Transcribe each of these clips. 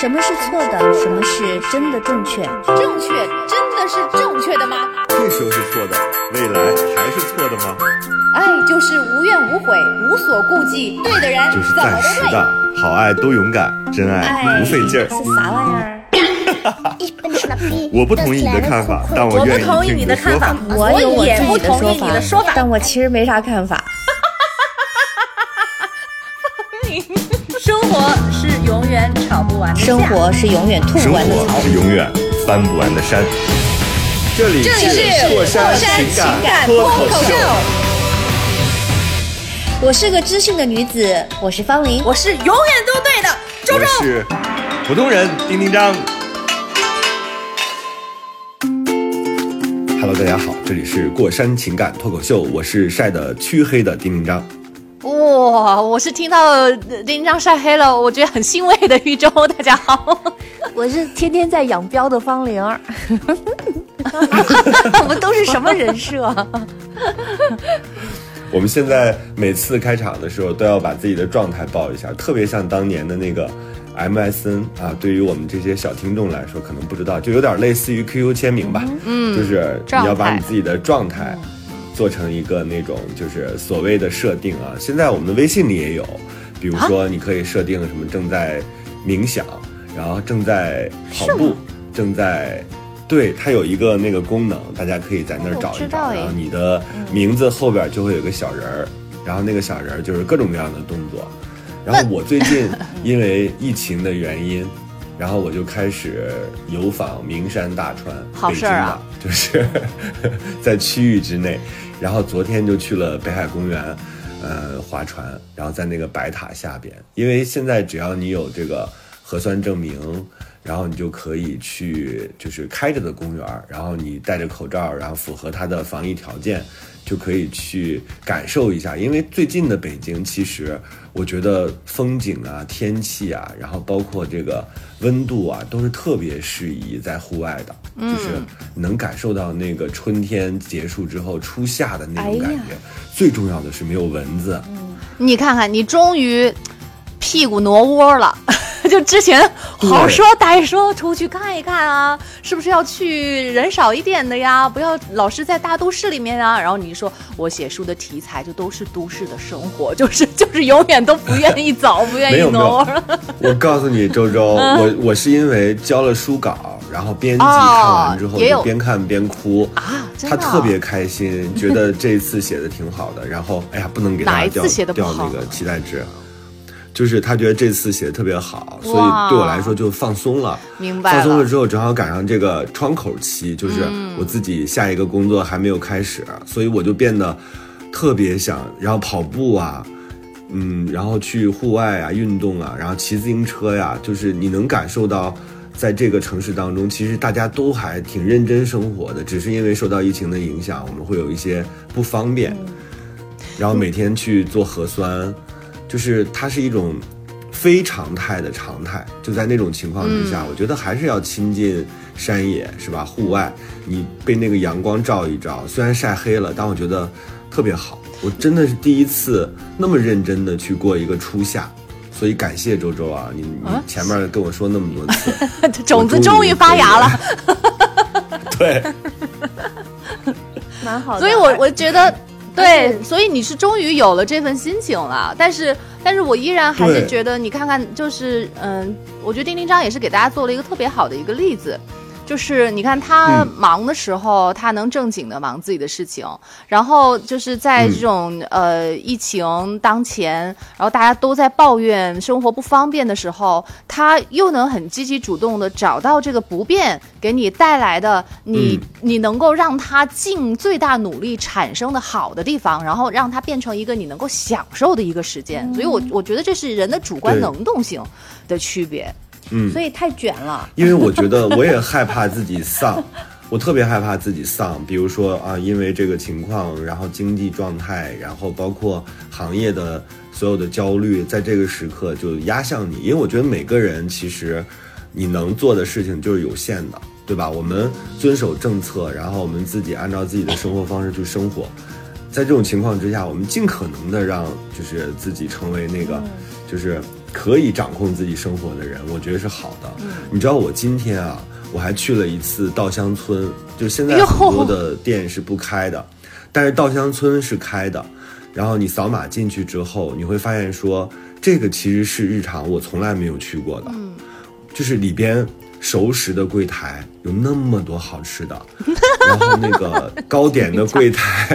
什么是错的？什么是真的正确？ 正确真的是正确的吗？ 这时候是错的，未来还是错的吗？ 爱就是无怨无悔，无所顾忌，对的人就是怎么都对。 暂时的，好爱都勇敢，真爱不费劲儿。 是啥玩意儿？ 我不同意你的看法，但我愿意听你的说法。 我有我也不自己同意你的说法， 但我其实没啥看法。 生活是永远吵不完的架， 生活是永远吐生不完的槽活。是永远翻不完的山。这里是过山情感脱口秀。 我是个知性的女子，我是方琳， 我是永远都对的周周。 我是普通人丁丁张。Hello， 大家好，这里是过山情感脱口秀，我是晒得黢黑的丁丁张。 哇，我是听到丁张晒黑了，我觉得很欣慰的玉州，大家好。 我是天天在养膘的方玲儿。我们都是什么人设？ 我们现在每次开场的时候都要把自己的状态报一下，特别像当年的那个 MSN 啊，对于我们这些小听众来说可能不知道，就有点类似于 QQ 签名吧，就是你要把你自己的状态做成一个那种就是所谓的设定啊。现在我们的微信里也有，比如说你可以设定什么正在冥想，然后正在跑步，正在。对，它有一个那个功能，大家可以在那儿找一找，然后你的名字后边就会有个小人儿，然后那个小人儿就是各种各样的动作。然后我最近因为疫情的原因，然后我就开始游访名山大川， 好事啊， 北京就是在区域之内。然后昨天就去了北海公园，划船，然后在那个白塔下边，因为现在只要你有这个核酸证明。然后你就可以去就是开着的公园，然后你戴着口罩，然后符合它的防疫条件，就可以去感受一下。因为最近的北京其实我觉得风景啊、天气啊，然后包括这个温度啊，都是特别适宜在户外的，就是能感受到那个春天结束之后初夏的那种感觉。最重要的是没有蚊子。 你看看，你终于屁股挪窝了。就之前好说歹说出去看一看啊，是不是要去人少一点的呀？不要老是在大都市里面啊。然后你说我写书的题材就都是都市的生活，就是永远都不愿意走，不愿意挪。 我告诉你，周周，我是因为交了书稿，然后编辑看完之后就边看边哭啊， 他特别开心，觉得这一次写的挺好的。然后哎呀，不能给他掉那个期待值。就是他觉得这次写的特别好，所以对我来说就放松了。 明白了。 放松了之后，正好赶上这个窗口期，就是我自己下一个工作还没有开始，所以我就变得特别想，然后跑步啊，然后去户外啊运动啊，然后骑自行车呀，就是你能感受到，在这个城市当中，其实大家都还挺认真生活的，只是因为受到疫情的影响，我们会有一些不方便，然后每天去做核酸。就是它是一种非常态的常态，就在那种情况之下，我觉得还是要亲近山野，是吧？户外，你被那个阳光照一照，虽然晒黑了，但我觉得特别好。我真的是第一次那么认真的去过一个初夏，所以感谢周周啊，你前面跟我说那么多次， 种子终于发芽了。 对， 蛮好的。 所以我觉得。对，所以你是终于有了这份心情了，但是我依然还是觉得，你看看，就是我觉得丁丁张也是给大家做了一个特别好的一个例子。就是你看他忙的时候，他能正经的忙自己的事情，然后就是在这种疫情当前，然后大家都在抱怨生活不方便的时候，他又能很积极主动的找到这个不便给你带来的你能够让他尽最大努力产生的好的地方，然后让它变成一个你能够享受的一个时间。所以我觉得这是人的主观能动性的区别。 所以太卷了。 因为我觉得我也害怕自己丧，我特别害怕自己丧。比如说啊，因为这个情况，然后经济状态，然后包括行业的所有的焦虑，在这个时刻就压向你。因为我觉得每个人其实你能做的事情就是有限的，对吧？我们遵守政策，然后我们自己按照自己的生活方式去生活。在这种情况之下，我们尽可能的让就是自己成为那个就是可以掌控自己生活的人，我觉得是好的。你知道我今天啊，我还去了一次稻香村，就现在很多的店是不开的，但是稻香村是开的。然后你扫码进去之后，你会发现说，这个其实是日常我从来没有去过的，就是里边熟食的柜台有那么多好吃的，然后那个糕点的柜台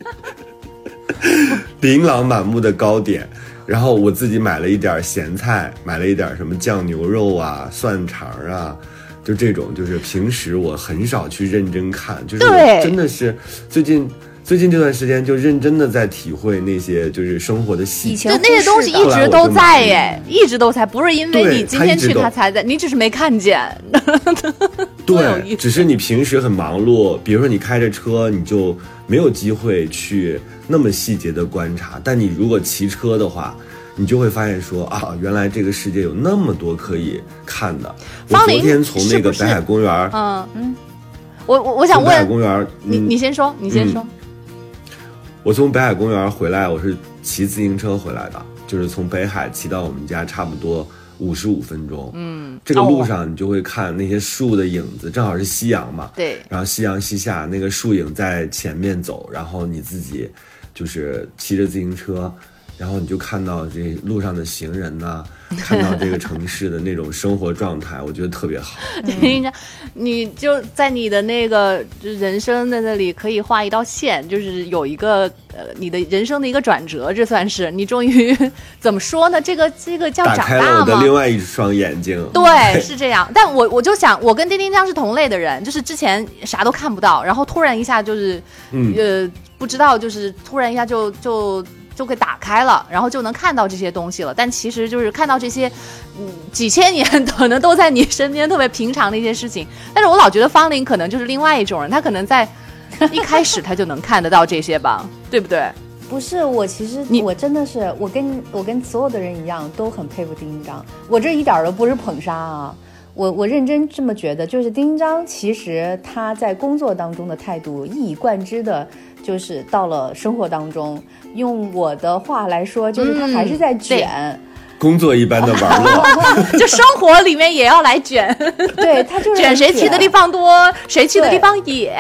琳琅满目的糕点，然后我自己买了一点咸菜，买了一点什么酱牛肉啊、蒜肠啊，就这种，就是平时我很少去认真看，就是我真的是最近这段时间就认真的在体会那些就是生活的细节， 那些东西一直都在耶，一直都在，不是因为你今天去它才在，你只是没看见。 对，只是你平时很忙碌，比如说你开着车，你就没有机会去那么细节的观察，但你如果骑车的话，你就会发现说啊，原来这个世界有那么多可以看的。我昨天从那个北海公园， 我想问北海公园， 你先说，你先说。 我从北海公园回来，我是骑自行车回来的，就是从北海骑到我们家差不多55分钟。这个路上你就会看那些树的影子，正好是夕阳嘛。 对。 然后夕阳西下，那个树影在前面走，然后你自己就是骑着自行车，然后你就看到这路上的行人呐，看到这个城市的那种生活状态，我觉得特别好。 你就在你的那个人生的那里可以画一道线，就是有一个你的人生的一个转折，这算是你终于怎么说呢？这个叫长大吗？ 打开了我的另外一双眼睛。 对，是这样。但我就想，我跟丁丁张是同类的人，就是之前啥都看不到，然后突然一下就是不知道，就是突然一下就给打开了，然后就能看到这些东西了。但其实就是看到这些，几千年可能都在你身边特别平常的一些事情。但是我老觉得方玲可能就是另外一种人，他可能在一开始他就能看得到这些吧，对不对？ 不是，我其实我真的是我跟所有的人一样，都很佩服丁丁张。我这一点都不是捧杀啊，我认真这么觉得，就是丁丁张其实他在工作当中的态度一以贯之的，就是到了生活当中，用我的话来说，就是他还是在卷。 工作一般的玩乐， 就生活里面也要来卷。 对，他就是卷，谁去的地方多，谁去的地方野。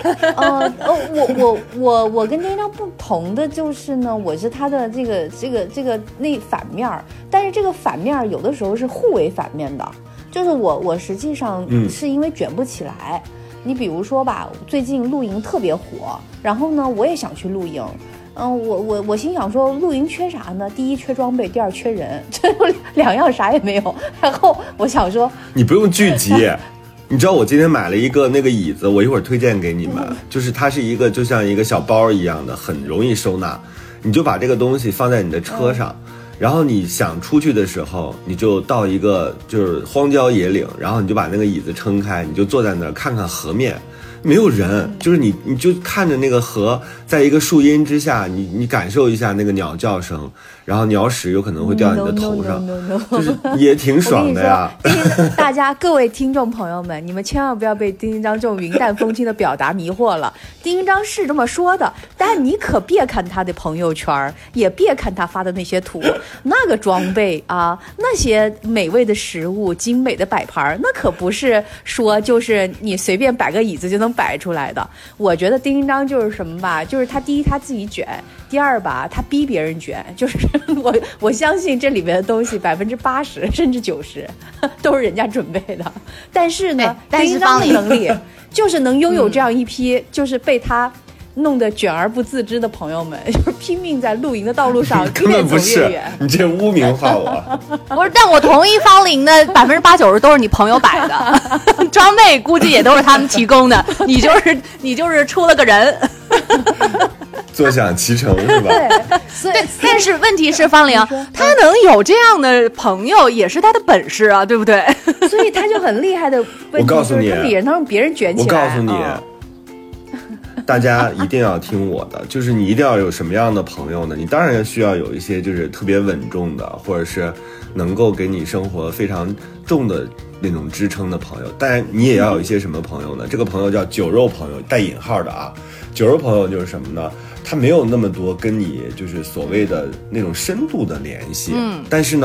我跟丁丁张不同的就是呢，我是他的这个那反面，但是这个反面有的时候是互为反面的，就是我实际上是因为卷不起来。你比如说吧，最近露营特别火，然后呢，我也想去露营。我心想说，露营缺啥呢？第一缺装备，第二缺人，这两样啥也没有。然后我想说， 你不用聚集。你知道我今天买了一个那个椅子，我一会儿推荐给你们，就是它是一个就像一个小包一样的，很容易收纳。你就把这个东西放在你的车上，然后你想出去的时候，你就到一个就是荒郊野岭，然后你就把那个椅子撑开，你就坐在那儿看看河面。没有人，就是你就看着那个河，在一个树荫之下，你感受一下那个鸟叫声，然后鸟屎有可能会掉在你的头上，就是也挺爽的呀。 大家各位听众朋友们，你们千万不要被丁丁张这种云淡风轻的表达迷惑了。丁丁张是这么说的，但你可别看他的朋友圈，也别看他发的那些图，那个装备啊，那些美味的食物、精美的摆盘，那可不是说就是你随便摆个椅子就能摆出来的。我觉得丁丁张就是什么吧，就是他第一他自己卷，第二吧他逼别人卷，就是我相信这里面的东西80%甚至90%都是人家准备的。但是呢，丁丁张的能力就是能拥有这样一批就是被他弄得卷而不自知的朋友们，就是拼命在露营的道路上越走越远。 你这污名化我。 不是，但我同意方玲的80%-90%都是你朋友摆的，装备估计也都是他们提供的，你就是出了个人。 坐享其成是吧？ 对，所以但是问题是方玲，他能有这样的朋友也是他的本事啊，对不对？ 所以他就很厉害的问题就是他能让别人卷起来。 我告诉你。大家一定要听我的，就是你一定要有什么样的朋友呢？你当然需要有一些就是特别稳重的，或者是能够给你生活非常重的那种支撑的朋友。当然你也要有一些什么朋友呢？这个朋友叫酒肉朋友，带引号的啊。酒肉朋友就是什么呢？他没有那么多跟你就是所谓的那种深度的联系，但是呢，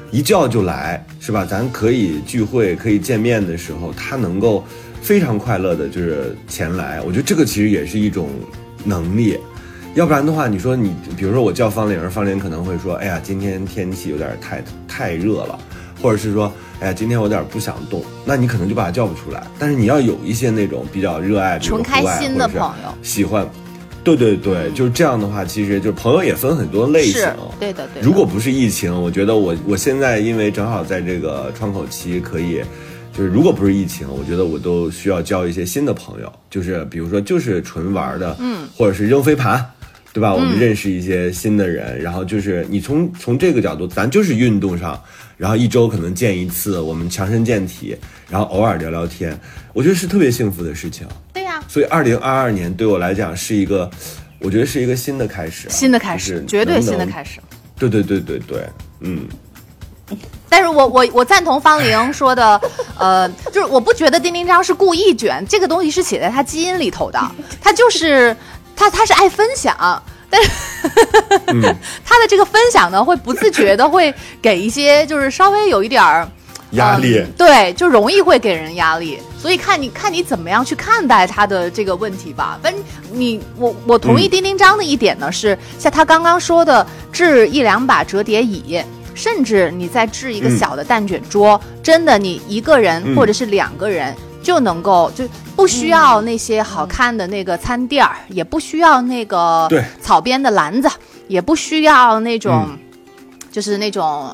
一叫就来，是吧？咱可以聚会可以见面的时候，他能够非常快乐的就是前来，我觉得这个其实也是一种能力。要不然的话，你说你比如说我叫方玲，方玲可能会说，哎呀，今天天气有点太热了，或者是说，哎呀，今天我有点不想动，那你可能就把他叫不出来。但是你要有一些那种比较热爱纯开心的朋友， 喜欢，对，就是这样的话，其实就朋友也分很多类型。 对的。 如果不是疫情，我觉得我现在因为正好在这个窗口期，可以，就是如果不是疫情，我觉得我都需要交一些新的朋友，就是比如说就是纯玩的，或者是扔飞盘。对吧？我们认识一些新的人，然后就是你从这个角度，咱就是运动上，然后一周可能见一次，我们强身健体，然后偶尔聊聊天，我觉得是特别幸福的事情。 对呀， 所以2022年对我来讲是一个，我觉得是一个新的开始， 新的开始，绝对新的开始。 对， 但是我赞同方玲说的，就是我不觉得丁丁张是故意卷，这个东西是写在他基因里头的，他就是他是爱分享。但是他的这个分享呢，会不自觉的会给一些就是稍微有一点压力， 对，就容易会给人压力。所以看你怎么样去看待他的这个问题吧。反正我同意丁丁张的一点呢，是像他刚刚说的，置1-2把折叠椅，甚至你再置一个小的蛋卷桌，真的你一个人或者是2个人。就能够就不需要那些好看的那个餐垫儿，也不需要那个草编的篮子，也不需要那种，就是那种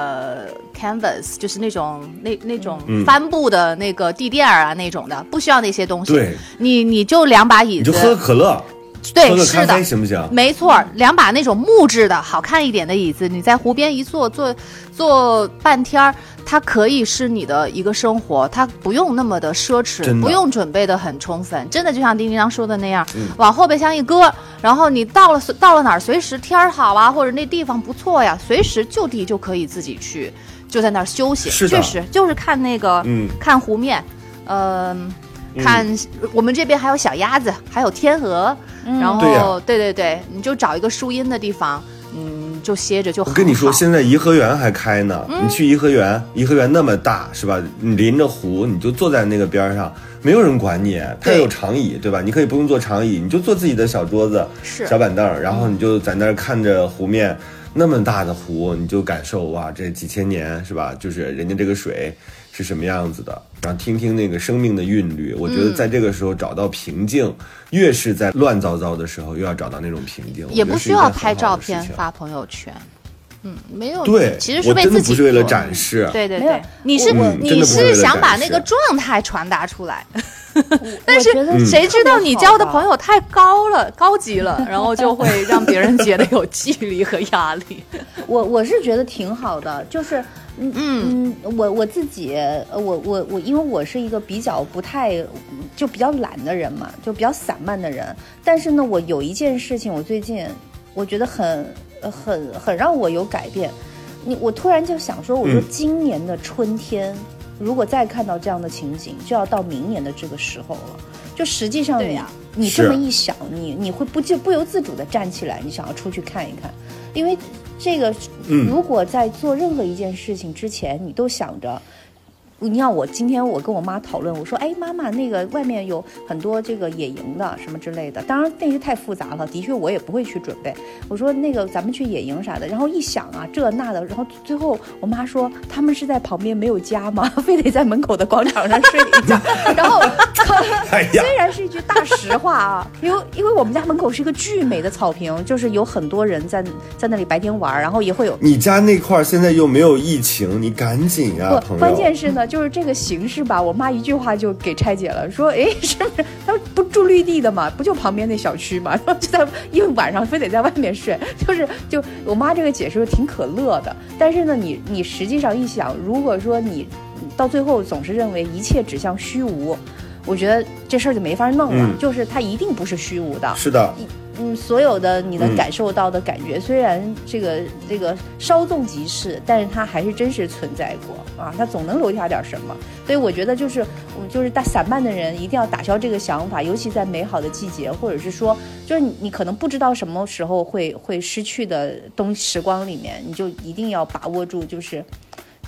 canvas， 就是那种帆布的那个地垫啊那种的，不需要那些东西。对，你就2把椅子， 你就喝可乐。 对， 喝个咖啡是行不行？ 没错，2把那种木质的好看一点的椅子，你在湖边一坐半天，它可以是你的一个生活，它不用那么的奢侈，不用准备的很充分，真的就像丁丁张说的那样，往后备箱一搁，然后你到了哪儿，随时天好啊，或者那地方不错呀，随时就地就可以自己去，就在那儿休息。确实就是看那个，看湖面，看我们这边还有小鸭子，还有天鹅，然后对，你就找一个树荫的地方，就歇着就好。 我跟你说，现在颐和园还开呢，你去颐和园那么大是吧？你临着湖，你就坐在那个边上，没有人管你，它有长椅对吧？你可以不用坐长椅，你就坐自己的小桌子、小板凳，然后你就在那儿看着湖面。那么大的湖，你就感受哇，这几千年是吧？就是人家这个水是什么样子的，然后听听那个生命的韵律。我觉得在这个时候找到平静，越是在乱糟糟的时候，又要找到那种平静。 也不需要拍照片发朋友圈。没有， 对， 其实是为自己做， 我真的不是为了展示。 对，你是想把那个状态传达出来。但是谁知道你交的朋友太高级了，然后就会让别人觉得有距离和压力。 我是觉得挺好的，就是我自己我因为我是一个比较比较懒的人嘛，就比较散漫的人。但是呢，我有一件事情，我最近我觉得很让我有改变。我突然就想说，我说今年的春天。如果再看到这样的情景，就要到明年的这个时候了。就实际上你这么一想，你会不由自主的站起来，你想要出去看一看。因为这个，如果在做任何一件事情之前，你都想着。你看今天我跟我妈讨论，我说妈妈，那个外面有很多这个野营的什么之类的，当然那个太复杂了，的确我也不会去准备。我说那个咱们去野营啥的，然后一想啊这那的，然后最后我妈说他们是在旁边没有家吗？非得在门口的广场上睡一觉。然后虽然是一句大实话啊，因为我们家门口是一个巨美的草坪，就是有很多人在那里白天玩，然后也会有。 你家那块现在又没有疫情，你赶紧啊，朋友。 关键是呢。就是这个形式吧，我妈一句话就给拆解了，说是不是他不住绿地的嘛，不就旁边那小区嘛，然后就在因为晚上非得在外面睡，就我妈这个解释挺可乐的。但是呢，你实际上一想，如果说你到最后总是认为一切指向虚无，我觉得这事儿就没法弄了。就是它一定不是虚无的。 是的。 所有的你能感受到的感觉，虽然这个稍纵即逝，但是它还是真实存在过啊，它总能留下点什么。所以我觉得就是大散漫的人一定要打消这个想法，尤其在美好的季节，或者是说就是你可能不知道什么时候会失去的时光里面，你就一定要把握住，就是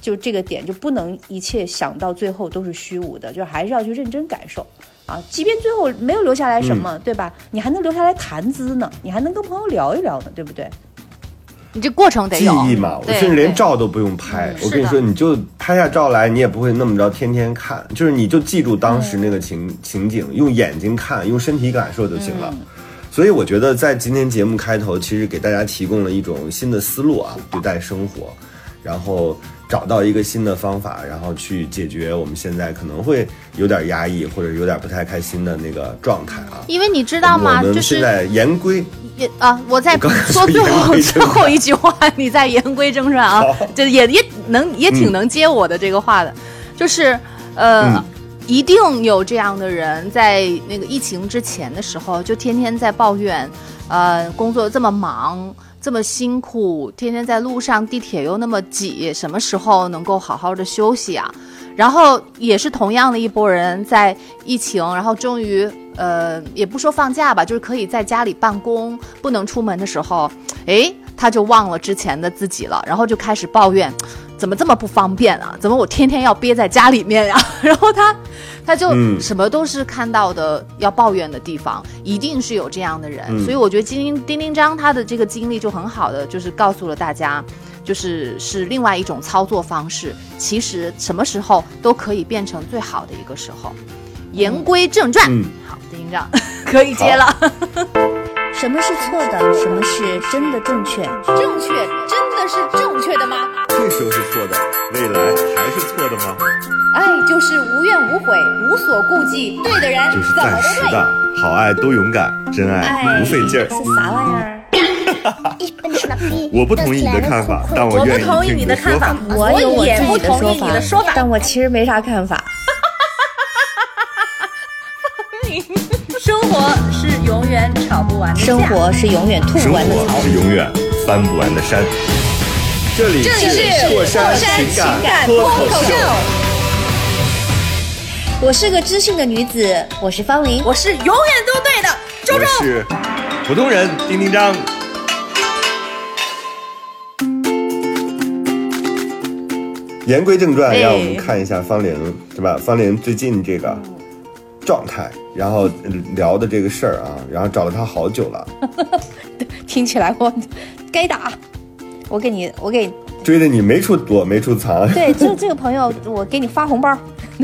就这个点就不能一切想到最后都是虚无的，就还是要去认真感受啊。即便最后没有留下来什么，对吧？你还能留下来谈资呢，你还能跟朋友聊一聊呢，对不对？ 你这过程得有记忆嘛，我甚至连照都不用拍。我跟你说，你就拍下照来，你也不会那么着天天看，就是你就记住当时那个情景，用眼睛看，用身体感受就行了。所以我觉得在今天节目开头，其实给大家提供了一种新的思路啊，对待生活，然后找到一个新的方法，然后去解决我们现在可能会有点压抑或者有点不太开心的那个状态啊。 因为你知道吗？ 我们现在言归。 我再说最后一句话，你再言归正传啊，就也挺能接我的这个话的，就是一定有这样的人，在那个疫情之前的时候，就天天在抱怨，工作这么忙，这么辛苦，天天在路上，地铁又那么挤，什么时候能够好好的休息啊？然后也是同样的一拨人，在疫情，然后终于也不说放假吧，就是可以在家里办公，不能出门的时候，他就忘了之前的自己了，然后就开始抱怨，怎么这么不方便啊？怎么我天天要憋在家里面呀？然后他就什么都是看到的要抱怨的地方，一定是有这样的人。所以我觉得丁丁章他的这个经历就很好的，就是告诉了大家，是另外一种操作方式，其实什么时候都可以变成最好的一个时候。言归正传，好，丁丁章可以接了。 什么是错的？什么是真的正确？ 正确真的是正确的吗？ 这时候是错的，未来还是错的吗？ 爱就是无怨无悔，无所顾忌，对的人就是暂时的，好爱都勇敢，真爱不费劲儿。 是啥玩意儿？ 我不同意你的看法，但我愿意听你的说法。 我有我自己的说法，但我其实没啥看法。 生活是永远吵不完的架， 生活是永远吐不完的槽， 生活是永远翻不完的山。这里是过山情感脱口秀。 我是个知性的女子，我是方琳， 我是永远都对的周周， 我是普通人丁丁章。言归正传，让我们看一下方琳，是吧？方琳最近这个状态，然后聊的这个事儿啊，然后找了他好久了。 听起来我该打，我给你追的你没处躲没处藏。 对，这个朋友，我给你发红包。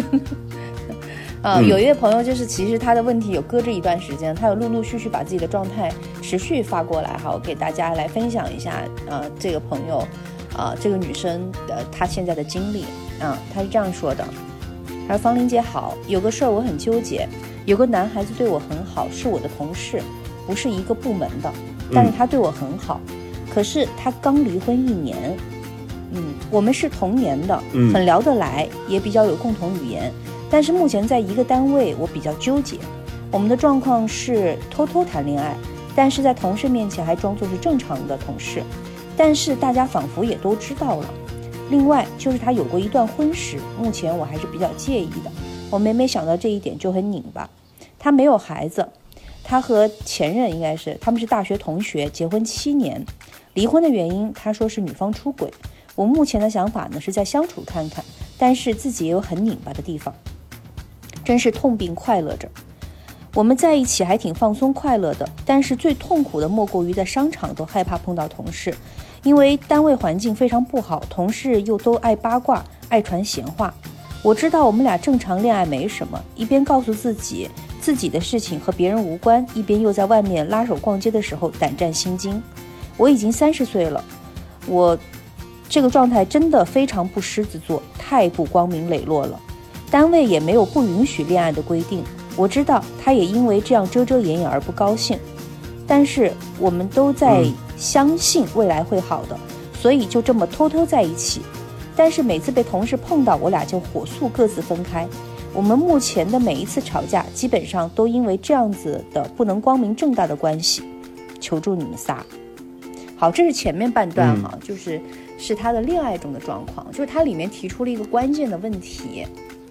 有一位朋友，就是其实他的问题有搁置一段时间，他有陆陆续续把自己的状态持续发过来，好，给大家来分享一下。这个朋友，这个女生她现在的经历她是这样说的：她说方琳姐好，有个事儿我很纠结，有个男孩子对我很好，是我的同事，不是一个部门的，但是他对我很好，可是他刚离婚1年，我们是同年的，很聊得来，也比较有共同语言。但是目前在一个单位，我比较纠结。我们的状况是偷偷谈恋爱，但是在同事面前还装作是正常的同事，但是大家仿佛也都知道了。另外就是他有过一段婚史，目前我还是比较介意的。我每每想到这一点就很拧巴。他没有孩子，他和前任应该是他们是大学同学，结婚7年，离婚的原因他说是女方出轨。我目前的想法呢是再相处看看，但是自己也有很拧巴的地方。真是痛并快乐着，我们在一起还挺放松快乐的，但是最痛苦的莫过于在商场都害怕碰到同事，因为单位环境非常不好，同事又都爱八卦爱传闲话。我知道我们俩正常恋爱没什么，一边告诉自己的事情和别人无关，一边又在外面拉手逛街的时候胆战心惊。我已经30岁了，我这个状态真的非常不狮子座，太不光明磊落了。单位也没有不允许恋爱的规定，我知道他也因为这样遮遮掩掩而不高兴，但是我们都在相信未来会好的，所以就这么偷偷在一起。但是每次被同事碰到，我俩就火速各自分开。我们目前的每一次吵架基本上都因为这样子的不能光明正大的关系，求助你们仨。好，这是前面半段是他的恋爱中的状况，就是他里面提出了一个关键的问题。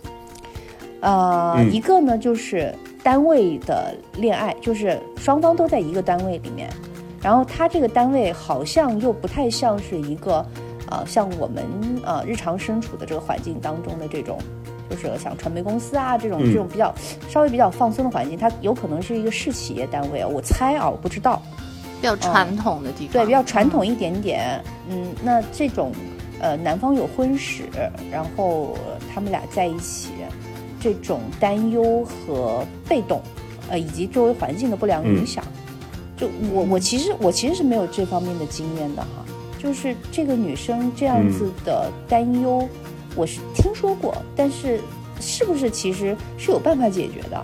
一个呢就是单位的恋爱，就是双方都在一个单位里面，然后他这个单位好像又不太像是一个像我们日常身处的这个环境当中的这种，就是像传媒公司啊这种比较稍微比较放松的环境，它有可能是一个市企业单位，我猜我不知道， 比较传统的地方， 对，比较传统一点点。那这种男方有婚史，然后他们俩在一起，这种担忧和被动，以及周围环境的不良影响，就我其实是没有这方面的经验的哈。就是这个女生这样子的担忧，我是听说过，但是不是其实是有办法解决的？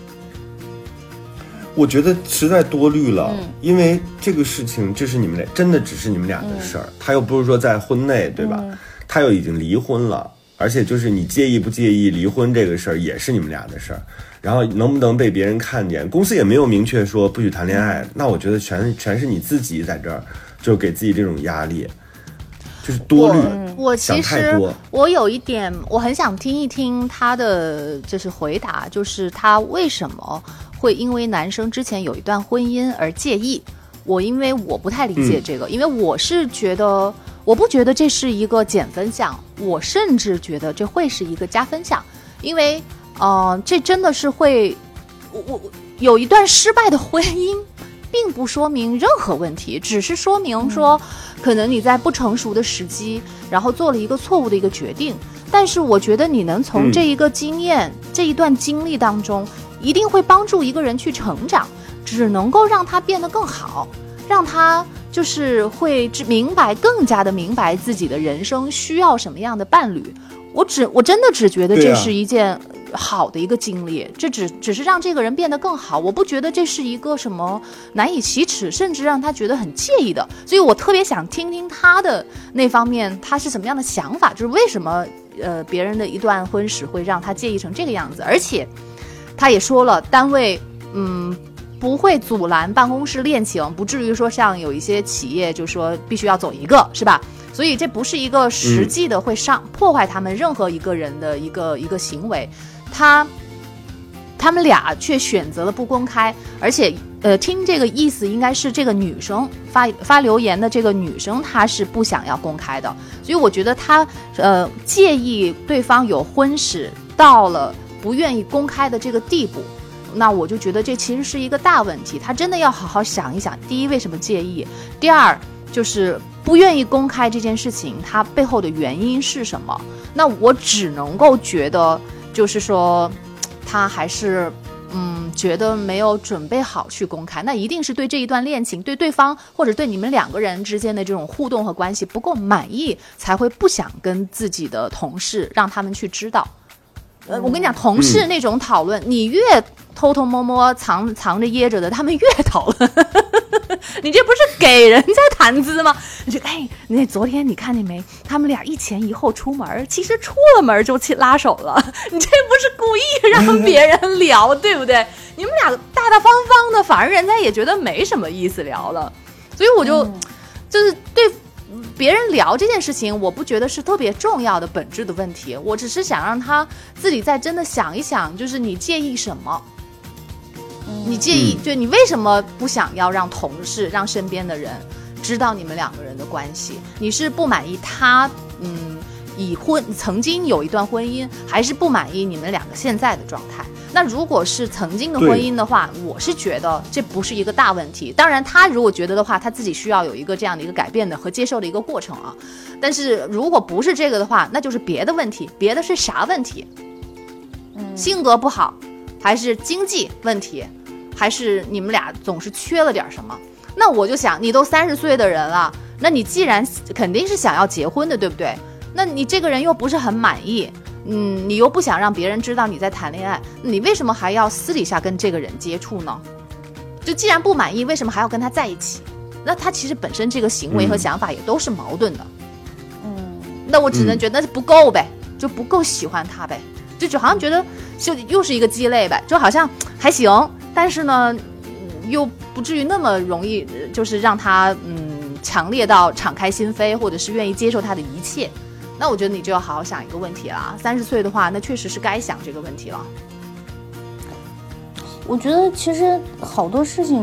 我觉得实在多虑了，因为这个事情这是你们俩真的只是你们俩的事儿，他又不是说在婚内，对吧？他又已经离婚了，而且就是你介意不介意离婚这个事儿也是你们俩的事儿，然后能不能被别人看见，公司也没有明确说不许谈恋爱，那我觉得全是你自己在这儿就给自己这种压力，就是多虑。 我其实我有一点我很想听一听他的就是回答，就是他为什么会因为男生之前有一段婚姻而介意。因为我不太理解这个，因为我是觉得我不觉得这是一个减分项，我甚至觉得这会是一个加分项，因为这真的是会我有一段失败的婚姻并不说明任何问题，只是说明说可能你在不成熟的时机然后做了一个错误的一个决定，但是我觉得你能从这一个经验这一段经历当中一定会帮助一个人去成长，只能够让他变得更好，让他就是会更加的明白自己的人生需要什么样的伴侣。我真的只觉得这是一件好的一个经历，这只是让这个人变得更好，我不觉得这是一个什么难以启齿甚至让他觉得很介意的。所以我特别想听听他的那方面他是什么样的想法，就是为什么别人的一段婚史会让他介意成这个样子。而且他也说了，单位不会阻拦办公室恋情，不至于说像有一些企业就说必须要走一个，是吧？所以这不是一个实际的会破坏他们任何一个人的一个行为。他们俩却选择了不公开，而且听这个意思应该是这个女生发留言的这个女生她是不想要公开的，所以我觉得她介意对方有婚史到了不愿意公开的这个地步，那我就觉得这其实是一个大问题，她真的要好好想一想，第一为什么介意，第二就是不愿意公开这件事情它背后的原因是什么。那我只能够觉得就是说他还是觉得没有准备好去公开，那一定是对这一段恋情对对方或者对你们两个人之间的这种互动和关系不够满意，才会不想跟自己的同事让他们去知道。我跟你讲，同事那种讨论，你越偷偷摸摸藏着掖着的，他们越讨论你这不是给人家谈资吗？你就那昨天你看见没，他们俩一前一后出门，其实出了门就拉手了，你这不是故意让别人聊对不对？你们俩大大方方的，反而人家也觉得没什么意思聊了。所以我就是对别人聊这件事情，我不觉得是特别重要的本质的问题，我只是想让他自己再真的想一想，就是你介意什么，你介意就你为什么不想要让同事让身边的人知道你们两个人的关系，你是不满意他曾经有一段婚姻，还是不满意你们两个现在的状态？那如果是曾经的婚姻的话，我是觉得这不是一个大问题。当然他如果觉得的话，他自己需要有一个这样的一个改变的和接受的一个过程啊。但是如果不是这个的话，那就是别的问题。别的是啥问题？性格不好，还是经济问题，还是你们俩总是缺了点什么？那我就想，你都30岁的人了，那你既然肯定是想要结婚的，对不对？那你这个人又不是很满意，你又不想让别人知道你在谈恋爱，你为什么还要私底下跟这个人接触呢？就既然不满意，为什么还要跟他在一起？那他其实本身这个行为和想法也都是矛盾的。那我只能觉得那是不够呗，就不够喜欢他呗，就好像觉得就又是一个鸡肋呗，就好像还行，但是呢又不至于那么容易就是让他强烈到敞开心扉，或者是愿意接受他的一切。那我觉得你就要好好想一个问题了，30岁的话那确实是该想这个问题了。 我觉得其实好多事情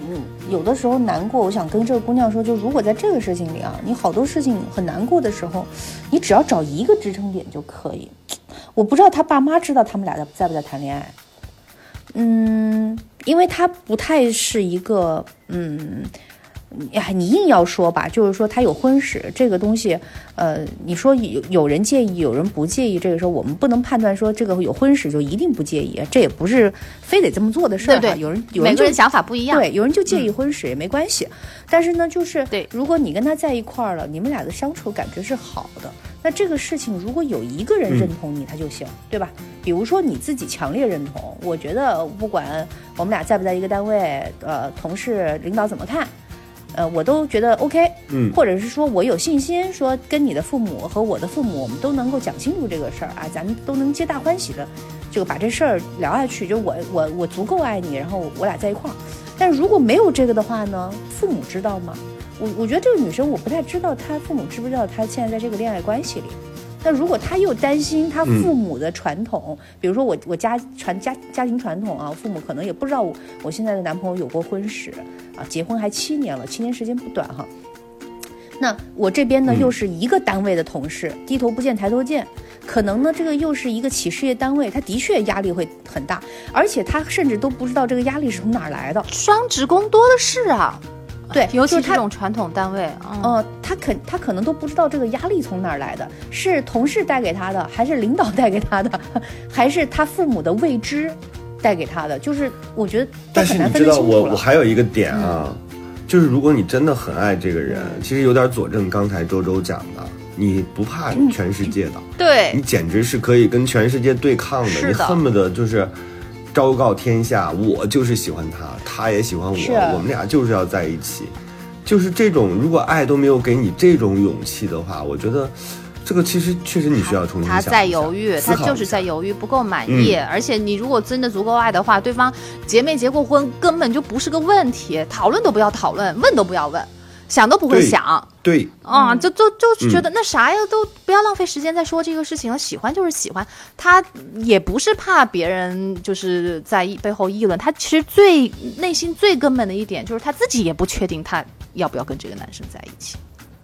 有的时候难过，我想跟这个姑娘说，就如果在这个事情里啊，你好多事情很难过的时候，你只要找一个支撑点就可以。我不知道他爸妈知道他们俩在不在谈恋爱，因为他不太是一个你硬要说吧，就是说他有婚史这个东西，你说有人介意，有人不介意，这个时候我们不能判断说这个有婚史就一定不介意，这也不是非得这么做的事儿。 对， 有人每个人想法不一样， 对，有人就介意婚史也没关系，但是呢，就是对， 如果你跟他在一块儿了，你们俩的相处感觉是好的，那这个事情如果有一个人认同你，他就行，对吧？比如说你自己强烈认同，我觉得不管我们俩在不在一个单位，同事领导怎么看。我都觉得 OK，或者是说我有信心，说跟你的父母和我的父母，我们都能够讲清楚这个事儿啊，咱们都能皆大欢喜的，这个把这事儿聊下去。就我足够爱你，然后我俩在一块儿。但如果没有这个的话呢，父母知道吗？我觉得这个女生我不太知道她父母知不知道她现在在这个恋爱关系里。那如果她又担心她父母的传统，比如说我家庭传统啊，父母可能也不知道我现在的男朋友有过婚史啊，结婚还7年了，7年时间不短哈。那我这边呢又是一个单位的同事，低头不见抬头见，可能呢这个又是一个企事业单位，他的确压力会很大，而且他甚至都不知道这个压力是从哪儿来的。 双职工多的是啊。 对， 尤其是这种传统单位， 他可能都不知道这个压力从哪儿来的，是同事带给他的，还是领导带给他的，还是他父母的未知带给他的？就是我觉得但是你知道我还有一个点啊，就是如果你真的很爱这个人，其实有点佐证刚才周周讲的，你不怕全世界的， 对， 你简直是可以跟全世界对抗的，你恨不得就是昭告天下，我就是喜欢他，他也喜欢我，我们俩就是要在一起。就是这种，如果爱都没有给你这种勇气的话，我觉得这个确实你需要重新想一下。 他在犹豫，他就是在犹豫，不够满意。而且你如果真的足够爱的话，对方结没结过婚根本就不是个问题，讨论都不要讨论，问都不要问。想都不会想， 对啊，就觉得那啥呀，都不要浪费时间再说这个事情了。喜欢就是喜欢，他也不是怕别人就是在背后议论，他其实内心最根本的一点就是他自己也不确定他要不要跟这个男生在一起。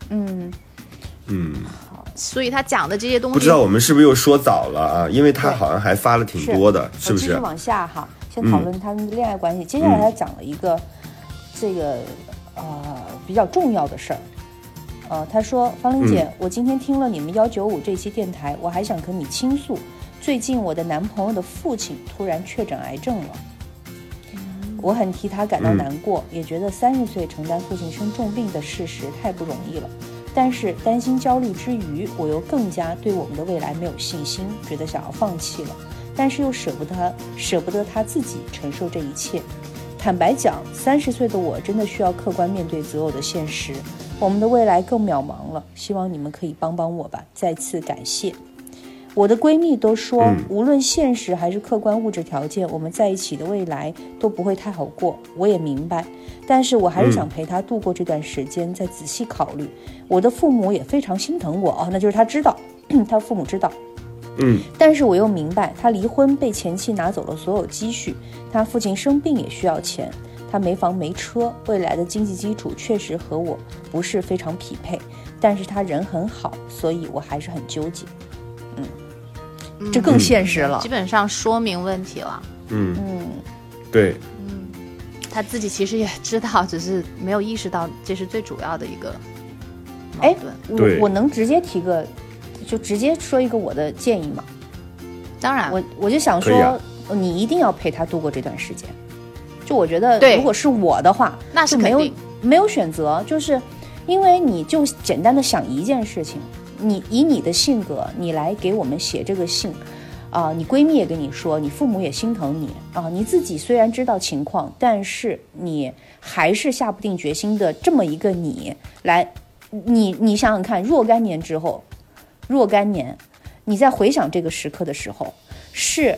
好，所以他讲的这些东西， 不知道我们是不是又说早了啊？因为他好像还发了挺多的，是不是？ 继续往下哈，先讨论他们的恋爱关系。接下来他讲了一个这个。比较重要的事儿，他说方玲姐，我今天听了你们195这期电台，我还想跟你倾诉，最近我的男朋友的父亲突然确诊癌症了，我很替他感到难过，也觉得30岁承担父亲生重病的事实太不容易了，但是担心焦虑之余，我又更加对我们的未来没有信心，觉得想要放弃了，但是又舍不得他自己承受这一切。坦白讲，30岁的我真的需要客观面对择偶的现实，我们的未来更渺茫了，希望你们可以帮帮我吧，再次感谢。我的闺蜜都说，无论现实还是客观物质条件，我们在一起的未来都不会太好过，我也明白，但是我还是想陪她度过这段时间，再仔细考虑。我的父母也非常心疼我，那就是他知道，他父母知道。但是我又明白，他离婚被前妻拿走了所有积蓄，他父亲生病也需要钱，他没房没车，未来的经济基础确实和我不是非常匹配，但是他人很好，所以我还是很纠结。这更现实了， 基本上说明问题了。 对， 他自己其实也知道，只是没有意识到这是最主要的一个矛盾。我能直接提个，就直接说一个我的建议吗？ 当然， 我就想说，你一定要陪他度过这段时间。就我觉得，如果是我的话， 那是没有选择，就是因为你就简单的想一件事情，你以你的性格，你来给我们写这个信。你闺蜜也跟你说，你父母也心疼你你自己虽然知道情况，但是你还是下不定决心的这么一个你来，你想想看，若干年之后，你在回想这个时刻的时候，是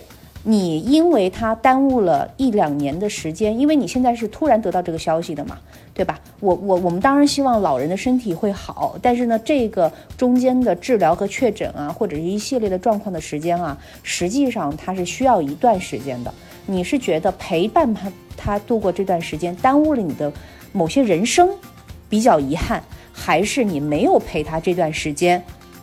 你因为他耽误了1-2年的时间，因为你现在是突然得到这个消息的嘛，对吧？我们当然希望老人的身体会好，但是呢，这个中间的治疗和确诊啊，或者是一系列的状况的时间啊，实际上它是需要一段时间的。你是觉得陪伴他度过这段时间，耽误了你的某些人生，比较遗憾，还是你没有陪他这段时间，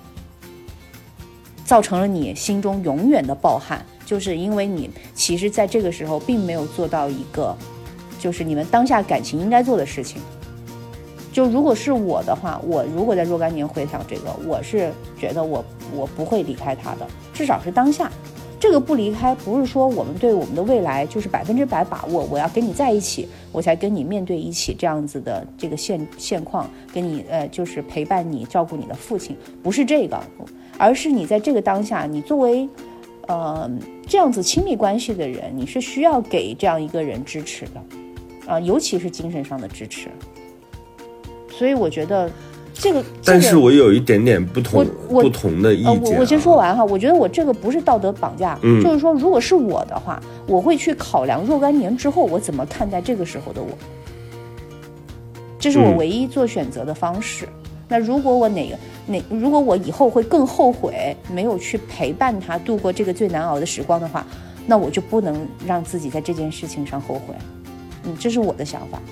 造成了你心中永远的抱憾？就是因为你其实在这个时候并没有做到一个就是你们当下感情应该做的事情。就如果是我的话，我如果在若干年回想这个，我是觉得我不会离开他的，至少是当下。这个不离开不是说我们对我们的未来就是100%把握，我要跟你在一起，我才跟你面对一起这样子的这个现况，跟你就是陪伴你照顾你的父亲，不是这个，而是你在这个当下，你作为这样子亲密关系的人，你是需要给这样一个人支持的，尤其是精神上的支持。所以我觉得这个， 但是我有一点点不同的意见。 我先说完哈，我觉得我这个不是道德绑架，就是说，如果是我的话，我会去考量若干年之后我怎么看待这个时候的我，这是我唯一做选择的方式。那如果我如果我以后会更后悔没有去陪伴他度过这个最难熬的时光的话，那我就不能让自己在这件事情上后悔。这是我的想法。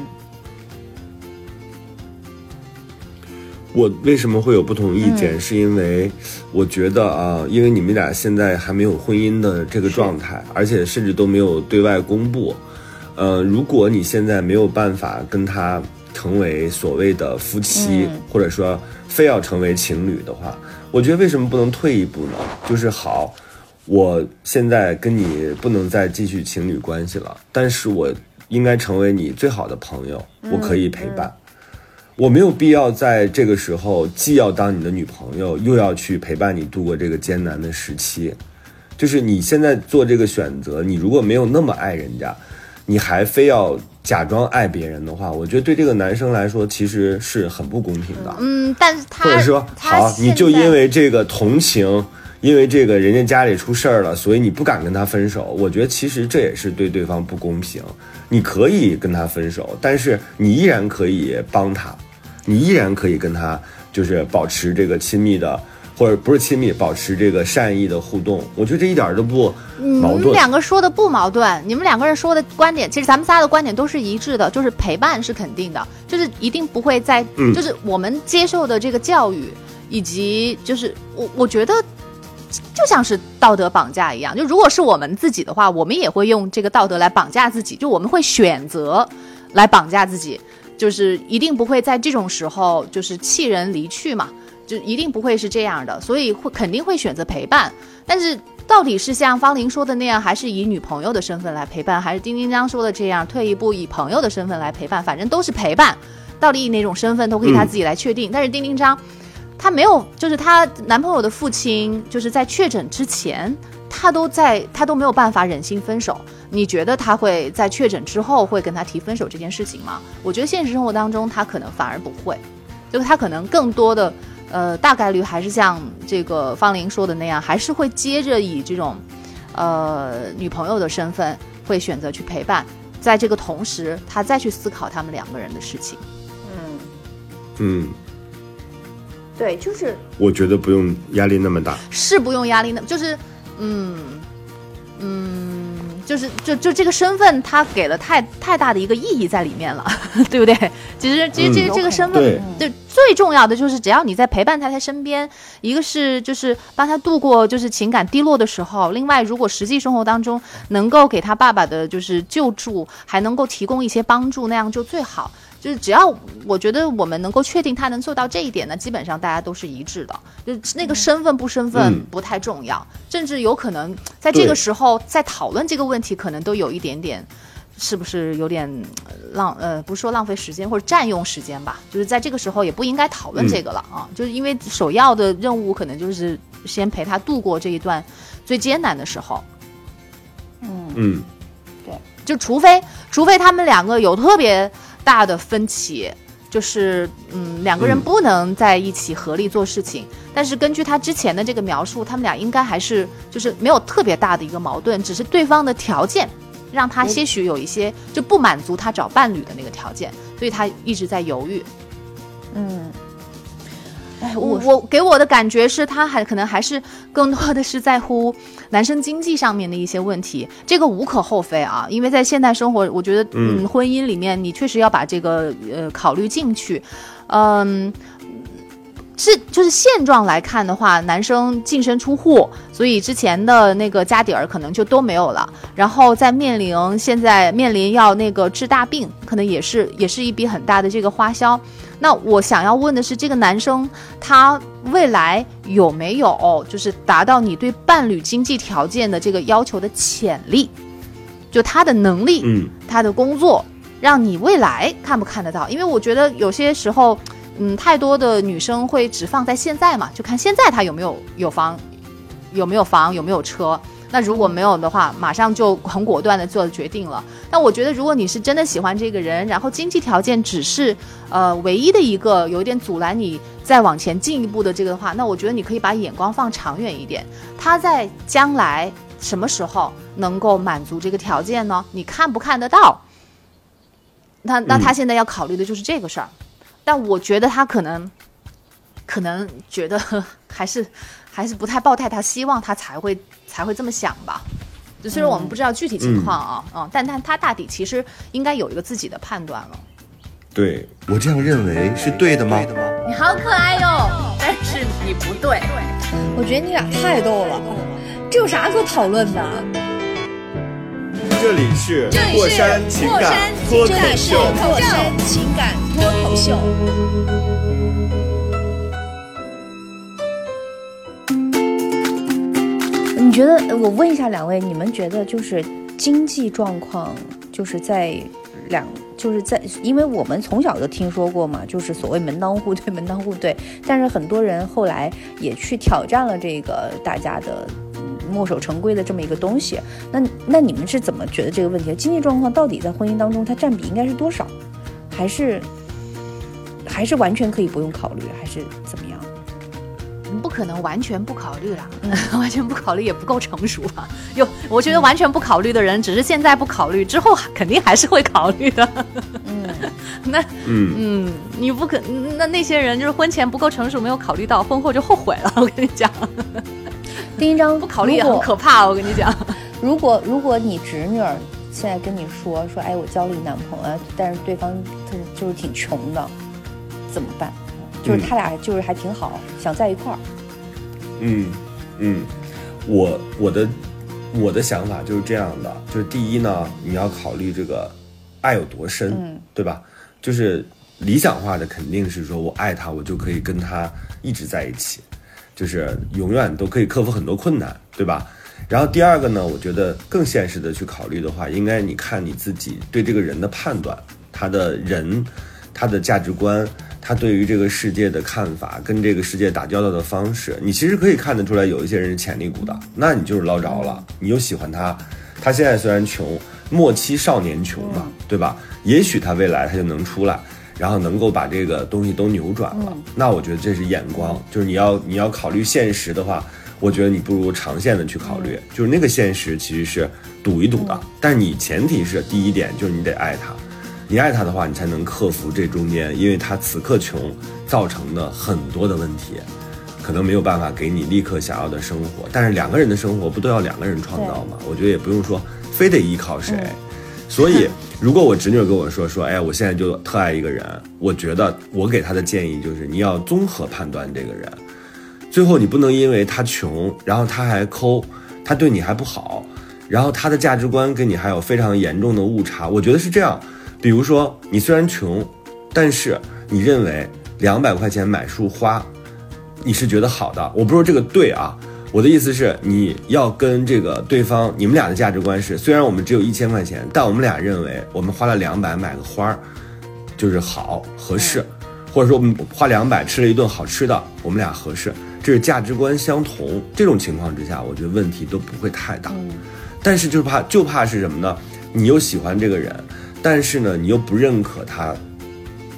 我为什么会有不同意见，是因为我觉得因为你们俩现在还没有婚姻的这个状态，而且甚至都没有对外公布。如果你现在没有办法跟他成为所谓的夫妻，或者说非要成为情侣的话，我觉得为什么不能退一步呢？就是好，我现在跟你不能再继续情侣关系了，但是我应该成为你最好的朋友，我可以陪伴。我没有必要在这个时候既要当你的女朋友，又要去陪伴你度过这个艰难的时期。就是你现在做这个选择，你如果没有那么爱人家，你还非要假装爱别人的话，我觉得对这个男生来说其实是很不公平的。 但是他或者说好，你就因为这个同情，因为这个人家家里出事儿了，所以你不敢跟他分手。我觉得其实这也是对对方不公平。你可以跟他分手，但是你依然可以帮他，你依然可以跟他就是保持这个亲密的，或者不是亲密，保持这个善意的互动。我觉得这一点都不矛盾。 你们两个说的不矛盾，你们两个人说的观点，其实咱们仨的观点都是一致的，就是陪伴是肯定的，就是一定不会在，就是我们接受的这个教育，以及就是我觉得就像是道德绑架一样，就如果是我们自己的话，我们也会用这个道德来绑架自己，就我们会选择来绑架自己，就是一定不会在这种时候就是弃人离去嘛，就一定不会是这样的，所以肯定会选择陪伴。但是到底是像方玲说的那样，还是以女朋友的身份来陪伴，还是丁丁章说的这样退一步以朋友的身份来陪伴，反正都是陪伴，到底以哪种身份都可以他自己来确定。但是丁丁章他没有，就是她男朋友的父亲就是在确诊之前他都没有办法忍心分手，你觉得他会在确诊之后会跟他提分手这件事情吗？我觉得现实生活当中他可能反而不会，就是他可能更多的大概率还是像这个方玲说的那样，还是会接着以这种女朋友的身份会选择去陪伴，在这个同时他再去思考他们两个人的事情。对，就是我觉得不用压力那么大， 是不用压力那，就是就这个身份，它给了太大的一个意义在里面了，对不对？其实这个身份，对，最重要的就是只要你在陪伴他身边，一个是就是帮他度过就是情感低落的时候，另外如果实际生活当中能够给他爸爸的就是救助，还能够提供一些帮助，那样就最好。就是只要我觉得我们能够确定他能做到这一点呢，基本上大家都是一致的，就是那个身份不身份不太重要，甚至有可能在这个时候在讨论这个问题，可能都有一点点是不是有点不是说浪费时间或者占用时间吧，就是在这个时候也不应该讨论这个了啊，就是因为首要的任务可能就是先陪他度过这一段最艰难的时候。对，就除非他们两个有特别大的分歧， 就是两个人不能在一起合力做事情。但是根据他之前的这个描述，他们俩应该还是就是没有特别大的一个矛盾，只是对方的条件让他些许有一些就不满足他找伴侣的那个条件，所以他一直在犹豫。我给我的感觉是他可能还是更多的是在乎男生经济上面的一些问题，这个无可厚非啊，因为在现代生活，我觉得婚姻里面你确实要把这个考虑进去。就是现状来看的话，男生净身出户，所以之前的那个家底儿可能就都没有了，然后现在面临要那个治大病，可能也是一笔很大的这个花销。那我想要问的是，这个男生他未来有没有就是达到你对伴侣经济条件的这个要求的潜力？就他的能力，他的工作，让你未来看不看得到？因为我觉得有些时候。太多的女生会只放在现在嘛，就看现在她有没有房，有没有车。那如果没有的话，马上就很果断的做决定了。但我觉得，如果你是真的喜欢这个人，然后经济条件只是唯一的一个有一点阻拦你再往前进一步的这个的话，那我觉得你可以把眼光放长远一点。他在将来什么时候能够满足这个条件呢？你看不看得到？那他现在要考虑的就是这个事儿。但我觉得他可能觉得还是不太抱太大希望，他才会这么想吧。虽然我们不知道具体情况啊，但他大抵其实应该有一个自己的判断了。 对，我这样认为是对的吗？ 你好可爱哟，但是你不对。 我觉得你俩太逗了，这有啥可讨论的？ 这里是过山情感脱口秀。 过山情感脱口秀。你觉得？我问一下两位，你们觉得就是经济状况，就是在因为我们从小就听说过嘛，就是所谓门当户对，但是很多人后来也去挑战了这个大家的。墨守成规的这么一个东西，那你们是怎么觉得这个问题？经济状况到底在婚姻当中它占比应该是多少？还是完全可以不用考虑，还是怎么样？ 不可能完全不考虑啦，完全不考虑也不够成熟吧？我觉得完全不考虑的人，只是现在不考虑，之后肯定还是会考虑的。你不可那些人就是婚前不够成熟，没有考虑到，婚后就后悔了。我跟你讲。 丁一章不考虑也很可怕，我跟你讲。 如果你侄女儿现在跟你说，哎，我交了一男朋友，但是对方他就是挺穷的，怎么办？就是他俩就是还挺好，想在一块儿。 我的想法就是这样的，就是第一呢，你要考虑这个爱有多深，对吧？就是理想化的肯定是说我爱他，我就可以跟他一直在一起。就是永远都可以克服很多困难，对吧？然后第二个呢，我觉得更现实的去考虑的话，应该你看你自己对这个人的判断，他的人，他的价值观，他对于这个世界的看法，跟这个世界打交道的方式，你其实可以看得出来，有一些人是潜力股的，那你就是捞着了，你又喜欢他，他现在虽然穷，末期少年穷嘛，对吧？也许他未来他就能出来。然后能够把这个东西都扭转了，那我觉得这是眼光，就是你要考虑现实的话，我觉得你不如长线的去考虑，就是那个现实其实是赌一赌的，但你前提是第一点就是你得爱他，你爱他的话，你才能克服这中间因为他此刻穷造成的很多的问题，可能没有办法给你立刻想要的生活，但是两个人的生活不都要两个人创造吗？我觉得也不用说非得依靠谁，所以如果我侄女跟我说，哎，我现在就特爱一个人，我觉得我给她的建议就是你要综合判断这个人，最后你不能因为他穷，然后他还抠，他对你还不好，然后他的价值观跟你还有非常严重的误差。我觉得是这样，比如说你虽然穷，但是你认为200块钱买束花你是觉得好的，我不说这个对啊，我的意思是你要跟这个对方，你们俩的价值观是，虽然我们只有1000块钱，但我们俩认为我们花了200买个花就是好合适，或者说我们花200吃了一顿好吃的，我们俩合适，这是价值观相同，这种情况之下我觉得问题都不会太大。但是就怕是什么呢？你又喜欢这个人，但是呢你又不认可他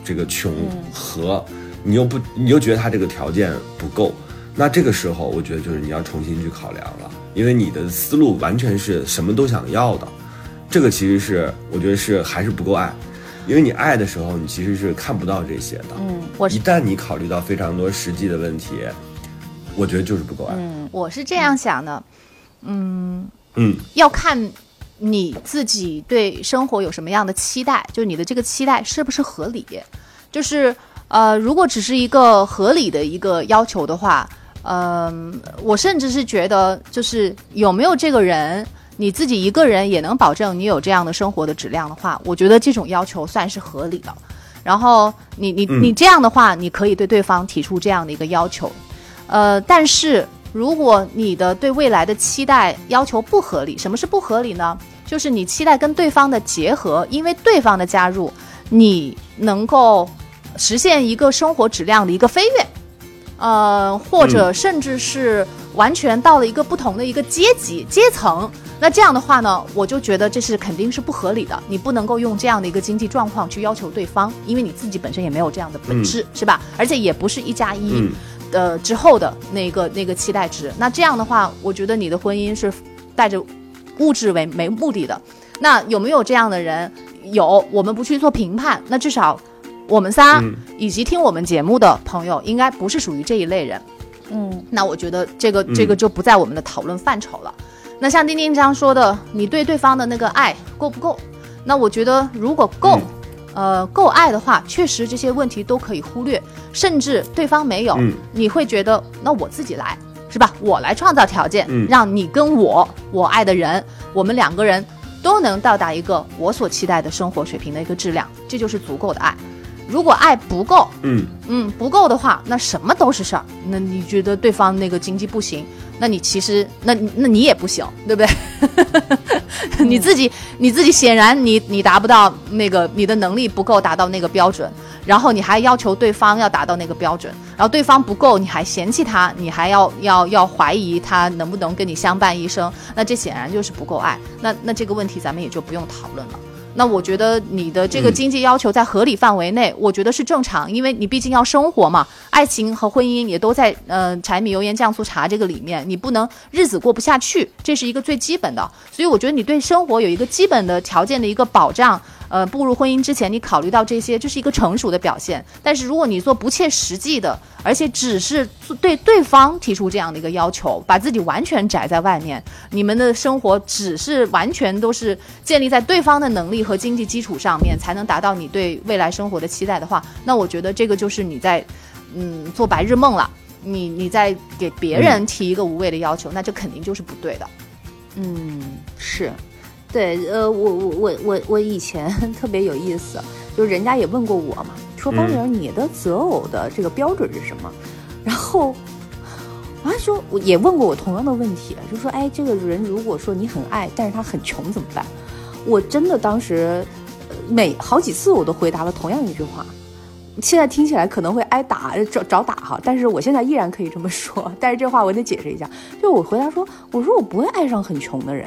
这个穷和你又觉得他这个条件不够，那这个时候我觉得就是你要重新去考量了，因为你的思路完全是什么都想要的，这个其实是我觉得是还是不够爱，因为你爱的时候你其实是看不到这些的，一旦你考虑到非常多实际的问题，我觉得就是不够爱。 我是这样想的，要看你自己对生活有什么样的期待，就是你的这个期待是不是合理，就是如果只是一个合理的一个要求的话，我甚至是觉得就是有没有这个人你自己一个人也能保证你有这样的生活的质量的话，我觉得这种要求算是合理的。然后你这样的话，你可以对对方提出这样的一个要求，但是如果你的对未来的期待要求不合理，什么是不合理呢？就是你期待跟对方的结合，因为对方的加入，你能够实现一个生活质量的一个飞跃，或者甚至是完全到了一个不同的一个阶层。那这样的话呢，我就觉得这是肯定是不合理的，你不能够用这样的一个经济状况去要求对方，因为你自己本身也没有这样的本质，是吧？而且也不是1+1之后的那个期待值。那这样的话，我觉得你的婚姻是带着物质为目的的。那有没有这样的人？有，我们不去做评判，那至少我们仨以及听我们节目的朋友应该不是属于这一类人。那我觉得这个就不在我们的讨论范畴了。那像丁丁章说的，你对对方的那个爱够不够？那我觉得如果够，够爱的话，确实这些问题都可以忽略，甚至对方没有，你会觉得那我自己来，是吧？我来创造条件，让你跟我爱的人，我们两个人都能到达一个我所期待的生活水平的一个质量，这就是足够的爱。如果爱不够，不够的话，那什么都是事儿。那你觉得对方那个经济不行，那你其实那你也不行，对不对？你自己显然你达不到那个，你的能力不够达到那个标准，然后你还要求对方要达到那个标准，然后对方不够，你还嫌弃他，你还要怀疑他能不能跟你相伴一生，那这显然就是不够爱。那这个问题咱们也就不用讨论了。那我觉得你的这个经济要求在合理范围内，我觉得是正常，因为你毕竟要生活嘛，爱情和婚姻也都在柴米油盐酱醋茶这个里面，你不能日子过不下去，这是一个最基本的。所以我觉得你对生活有一个基本的条件的一个保障，步入婚姻之前你考虑到这些，这是一个成熟的表现。但是如果你做不切实际的，而且只是对对方提出这样的一个要求，把自己完全宅在外面，你们的生活只是完全都是建立在对方的能力和经济基础上面，才能达到你对未来生活的期待的话，那我觉得这个就是你在做白日梦了，你在给别人提一个无谓的要求，那这肯定就是不对的。 是，对，我以前特别有意思，就人家也问过我嘛，说方玲你的择偶的这个标准是什么？然后我还说，我也问过我同样的问题，就说哎，这个人如果说你很爱，但是他很穷怎么办？我真的当时好几次我都回答了同样一句话，现在听起来可能会挨打找打哈，但是我现在依然可以这么说。但是这话我得解释一下，就我回答说，我说我不会爱上很穷的人。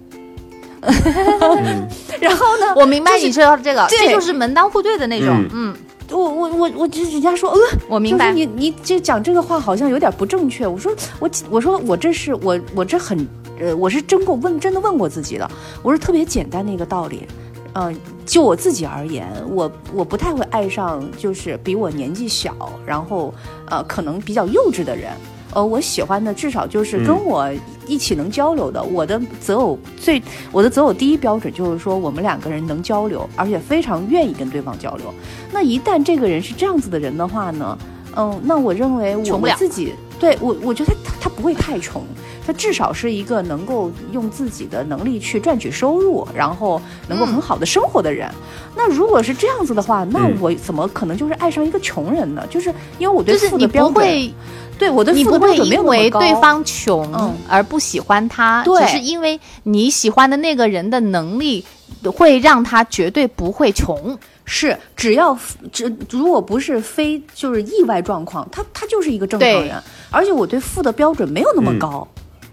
然后呢， 我明白你说的这个，这就是门当户对的那种。 我人家说我明白， 就是你这讲这个话好像有点不正确。我说我这是我这很我是真的问过自己的，我是特别简单的一个道理。就我自己而言，我不太会爱上就是比我年纪小，然后可能比较幼稚的人。我喜欢的至少就是跟我一起能交流的。我的择偶第一标准就是说我们两个人能交流，而且非常愿意跟对方交流。那一旦这个人是这样子的人的话呢，那我认为我自己对我觉得他不会太穷，他至少是一个能够用自己的能力去赚取收入，然后能够很好的生活的人。那如果是这样子的话，那我怎么可能就是爱上一个穷人呢？就是因为我对富的标准，对我对富的标准没有那么高。 你不会因为对方穷而不喜欢他，只是因为你喜欢的那个人的能力会让他绝对不会穷。 是，如果不是非就是意外状况，他就是一个正常人。而且我对富的标准没有那么高。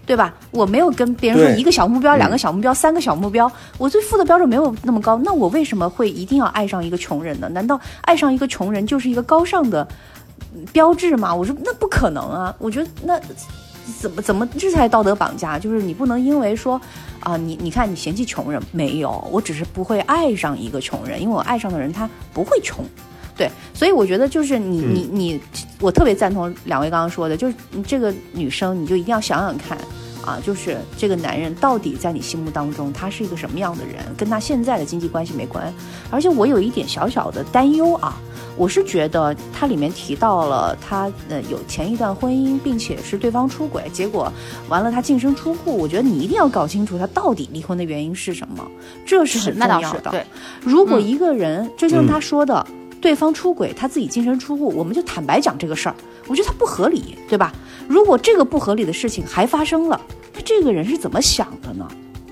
对吧？我没有跟别人说对一个小目标、两个小目标、三个小目标，我对富的标准没有那么高，那我为什么会一定要爱上一个穷人呢？难道爱上一个穷人就是一个高尚的标志吗？我说那不可能啊！我觉得那怎么这才道德绑架？就是你不能因为说啊，你看你嫌弃穷人，没有，我只是不会爱上一个穷人，因为我爱上的人他不会穷。对，所以我觉得就是我特别赞同两位刚刚说的，就是你这个女生你就一定要想想看啊，就是这个男人到底在你心目当中他是一个什么样的人，跟他现在的经济关系没关。而且我有一点小小的担忧啊，我是觉得它里面提到了他有前一段婚姻，并且是对方出轨，结果完了他净身出户。我觉得你一定要搞清楚他到底离婚的原因是什么，这是很重要的。 对， 如果一个人就像他说的。对方出轨，他自己净身出户，我们就坦白讲这个事儿，我觉得他不合理，对吧？如果这个不合理的事情还发生了，那这个人是怎么想的呢？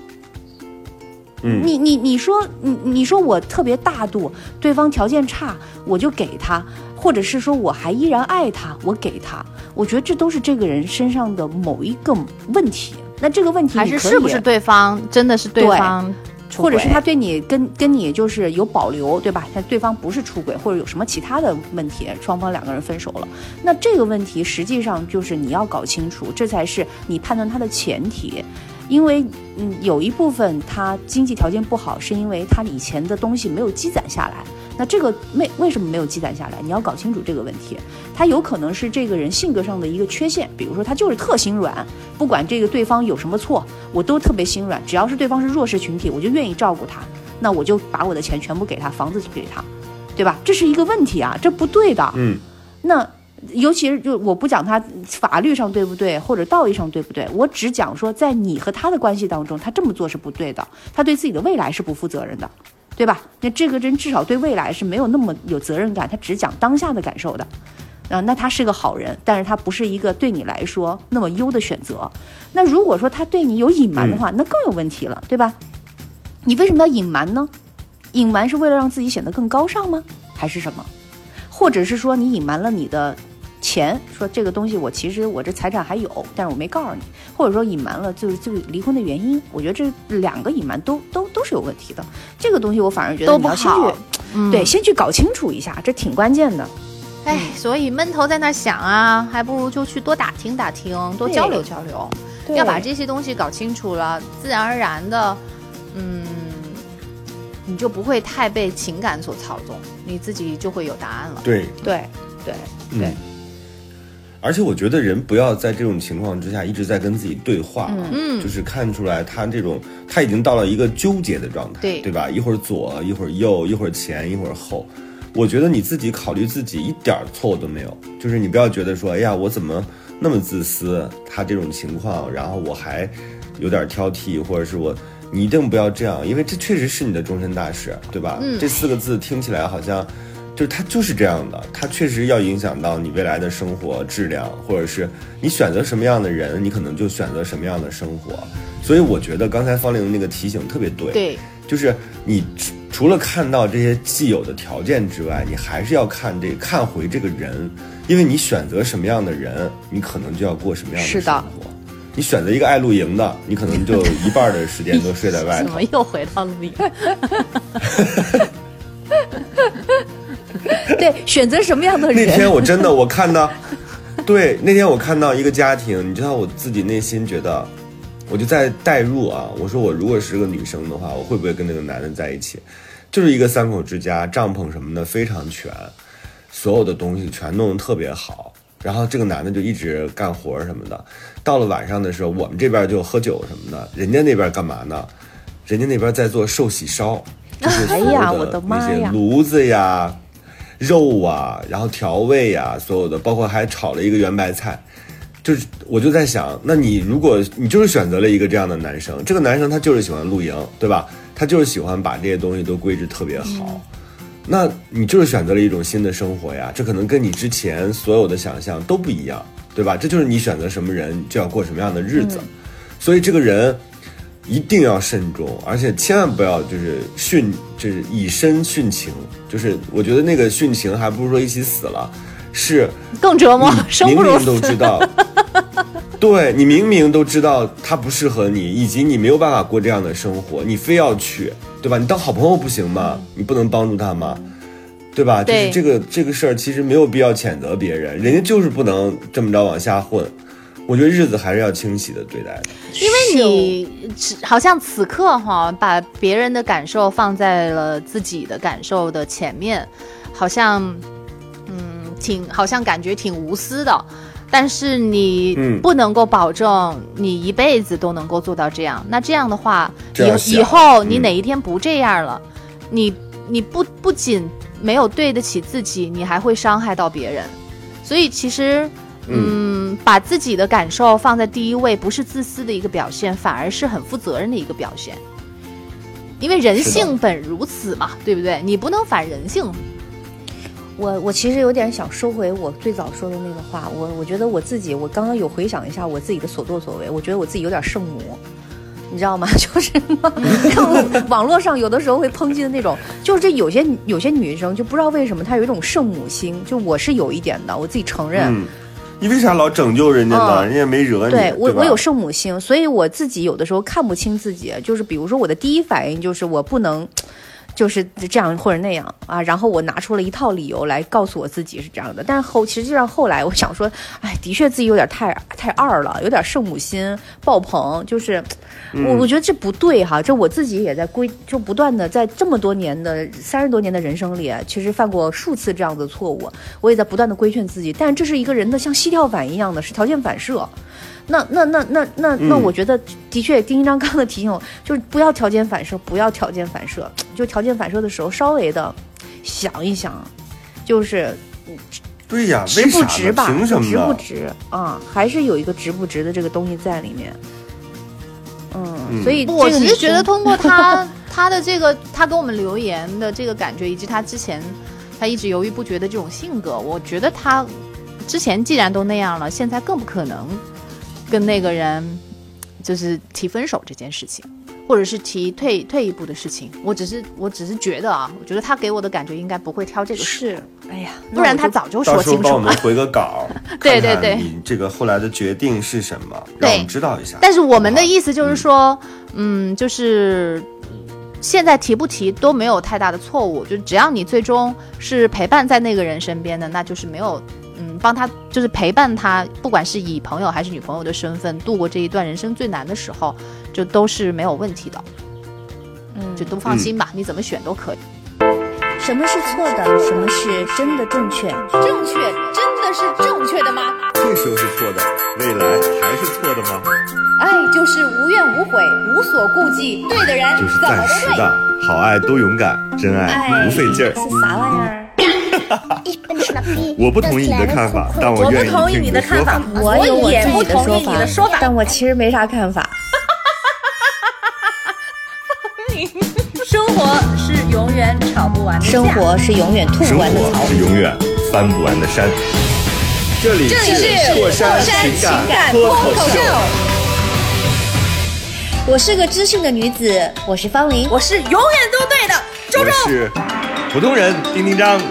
你说我特别大度，对方条件差，我就给他，或者是说我还依然爱他，我给他，我觉得这都是这个人身上的某一个问题。那这个问题还是不是对方真的是对方？ 或者是他对你跟你就是有保留，对吧？他对方不是出轨，或者有什么其他的问题，双方两个人分手了，那这个问题实际上就是你要搞清楚，这才是你判断他的前提。因为有一部分他经济条件不好，是因为他以前的东西没有积攒下来。那这个为什么没有积攒下来？你要搞清楚这个问题。他有可能是这个人性格上的一个缺陷，比如说他就是特心软，不管这个对方有什么错，我都特别心软，只要是对方是弱势群体，我就愿意照顾他，那我就把我的钱全部给他，房子给他，对吧？这是一个问题啊，这不对的。那尤其是就我不讲他法律上对不对，或者道义上对不对，我只讲说在你和他的关系当中，他这么做是不对的，他对自己的未来是不负责任的，对吧？那这个人至少对未来是没有那么有责任感，他只讲当下的感受的。那他是个好人，但是他不是一个对你来说那么优的选择。那如果说他对你有隐瞒的话，那更有问题了，对吧？你为什么要隐瞒呢？隐瞒是为了让自己显得更高尚吗？还是什么？或者是说你隐瞒了你的钱，说这个东西我其实我这财产还有，但是我没告诉你，或者说隐瞒了就是这个离婚的原因。我觉得这两个隐瞒都是有问题的。这个东西我反而觉得你要先去对，先去搞清楚一下，这挺关键的。 所以闷头在那想啊，还不如就去多打听打听，多交流交流。要把这些东西搞清楚了，自然而然的，你就不会太被情感所操纵，你自己就会有答案了。 对。而且我觉得人不要在这种情况之下一直在跟自己对话，就是看出来他已经到了一个纠结的状态，对吧？一会儿左，一会儿右，一会儿前，一会儿后。我觉得你自己考虑自己一点错误都没有，就是你不要觉得说，哎呀，我怎么那么自私？他这种情况，然后我还有点挑剔，或者是你一定不要这样，因为这确实是你的终身大事，对吧？这4个字听起来好像就是它就是这样的，它确实要影响到你未来的生活质量，或者是你选择什么样的人，你可能就选择什么样的生活。所以我觉得刚才方玲那个提醒特别对，就是你除了看到这些既有的条件之外，你还是要看回这个人，因为你选择什么样的人，你可能就要过什么样的生活。你选择一个爱露营的，你可能就一半的时间都睡在外头。 怎么又回到露营？ 对，选择什么样的人？ 那天我真的看到，对，那天我看到一个家庭，你知道我自己内心觉得，我就在代入啊，我说我如果是个女生的话，我会不会跟那个男人在一起？就是一个3口之家，帐篷什么的非常全，所有的东西全弄得特别好。然后这个男的就一直干活什么的，到了晚上的时候，我们这边就喝酒什么的，人家那边干嘛呢？人家那边在做寿喜烧，就是所有的那些炉子呀、肉啊，然后调味呀，所有的，包括还炒了一个圆白菜。就是我就在想，那如果你就是选择了一个这样的男生，这个男生他就是喜欢露营，对吧？他就是喜欢把这些东西都规制特别好。那你就是选择了一种新的生活呀，这可能跟你之前所有的想象都不一样，对吧？这就是你选择什么人就要过什么样的日子。所以这个人一定要慎重，而且千万不要就是以身殉情，就是我觉得那个殉情还不如说一起死了，是更折磨，生不如死。 明明都知道对，你明明都知道他不适合你，以及你没有办法过这样的生活，你非要去，对吧？你当好朋友不行吗？你不能帮助他吗？对吧？ 对， 就是这个事儿，其实没有必要谴责别人，人家就是不能这么着往下混。我觉得日子还是要清晰的对待的， 因为你好像此刻把别人的感受放在了自己的感受的前面，好像好像感觉挺无私的，但是你不能够保证你一辈子都能够做到这样。那这样的话，以后你哪一天不这样了，你不仅没有对得起自己，你还会伤害到别人。所以其实把自己的感受放在第一位，不是自私的一个表现，反而是很负责任的一个表现。因为人性本如此嘛，对不对？你不能反人性。 我其实有点想收回我最早说的那个话，我觉得我刚刚有回想一下我自己的所作所为，我觉得我自己有点圣母，你知道吗？就是网络上有的时候会抨击的那种，就是这有些女生就不知道为什么她有一种圣母心，就我是有一点的，我自己承认。 你为啥老拯救人家呢？人家没惹你。 对，我有圣母心，所以我自己有的时候看不清自己，就是比如说我的第一反应就是我不能就是这样或者那样啊，然后我拿出了一套理由来告诉我自己是这样的，但是实际上后来我想说，哎，的确自己有点太二了，有点圣母心爆棚，就是我觉得这不对哈，这我自己也在就不断的在这么多年的30多年的人生里，其实犯过数次这样的错误，我也在不断的规劝自己，但这是一个人的像膝跳反一样的，是条件反射。那我觉得的确，丁一章刚的提醒我，就是不要条件反射，不要条件反射。就条件反射的时候，稍微的想一想，就是对呀， 值不值吧？ 凭什么值不值啊？还是有一个值不值的这个东西在里面。所以我其实觉得通过他的这个，他给我们留言的这个感觉，以及他之前他一直犹豫不决的这种性格，我觉得他之前既然都那样了，现在更不可能跟那个人就是提分手这件事情，或者是提退一步的事情。我只是觉得啊，我觉得他给我的感觉应该不会挑这个事。哎呀，不然他早就说清楚了。到时候帮我们回个稿， 对， 你这个后来的决定是什么，让我们知道一下。 但是我们的意思就是说，就是现在提不提都没有太大的错误，就只要你最终是陪伴在那个人身边的，那就是没有。帮他就是陪伴他，不管是以朋友还是女朋友的身份度过这一段人生最难的时候，就都是没有问题的。就都放心吧，你怎么选都可以。 什么是错的？什么是真的正确？ 正确真的是正确的吗？ 这时候是错的，未来还是错的吗？ 爱就是无怨无悔，无所顾忌，对的人就是暂时的，好爱多勇敢，真爱不费劲儿。 是啥玩意儿？ 我不同意你的看法，但我愿意听你的说法。 我有我自己的说法，但我其实没啥看法。 生活是永远吵不完的架， 生活是永远吐不完的槽， 生活是永远翻不完的山。这里是过山情感脱口秀。 我是个知性的女子，我是方琳， 我是永远都对的周周， 我是普通人丁丁张。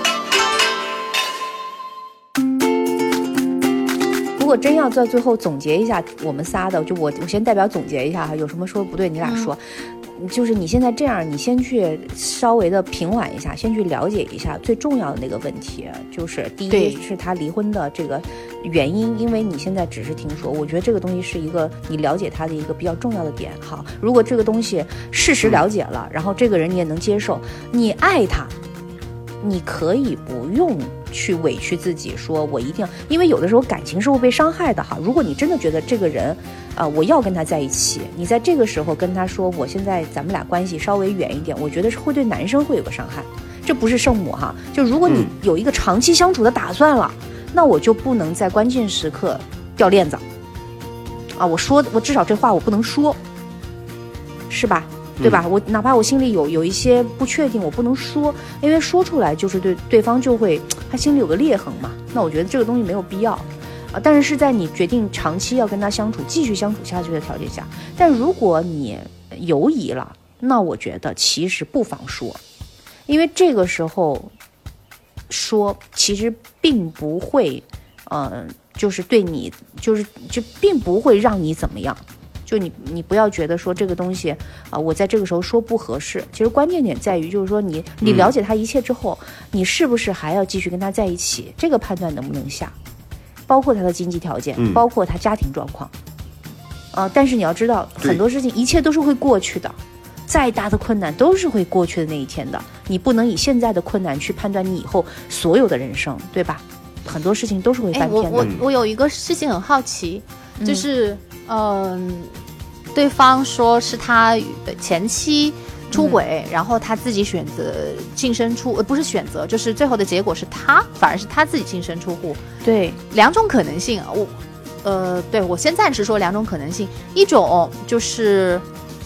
如果真要在最后总结一下我们仨的，就我先代表总结一下哈，有什么说不对你俩说。就是你现在这样，你先去稍微的平缓一下，先去了解一下最重要的那个问题，就是第一是他离婚的这个原因，因为你现在只是听说，我觉得这个东西是一个你了解他的一个比较重要的点。好，如果这个东西事实了解了，然后这个人你也能接受，你爱他，你可以不用去委屈自己说我一定要，因为有的时候感情是会被伤害的哈。如果你真的觉得这个人我要跟他在一起，你在这个时候跟他说我现在咱们俩关系稍微远一点，我觉得是会对男生会有个伤害，这不是圣母哈。就如果你有一个长期相处的打算了，那我就不能在关键时刻掉链子啊！我至少这话我不能说，是吧？对吧？我哪怕我心里有一些不确定，我不能说，因为说出来就是对方就会他心里有个裂痕嘛。那我觉得这个东西没有必要啊。但是在你决定长期要跟他相处，继续相处下去的条件下，但如果你犹疑了，那我觉得其实不妨说，因为这个时候说其实并不会就是对你就并不会让你怎么样。就你不要觉得说这个东西我在这个时候说不合适。其实关键点在于，就是说你了解他一切之后，你是不是还要继续跟他在一起？这个判断能不能下，包括他的经济条件，包括他家庭状况。但是你要知道，很多事情一切都是会过去的，再大的困难都是会过去的那一天的。你不能以现在的困难去判断你以后所有的人生，对吧？很多事情都是会翻篇的。 我有一个事情很好奇，就是对方说是他前妻出轨，然后他自己选择净身出不是选择，就是最后的结果是反而是他自己净身出户。 对， 两种可能性，对，我先暂时说两种可能性，一种就是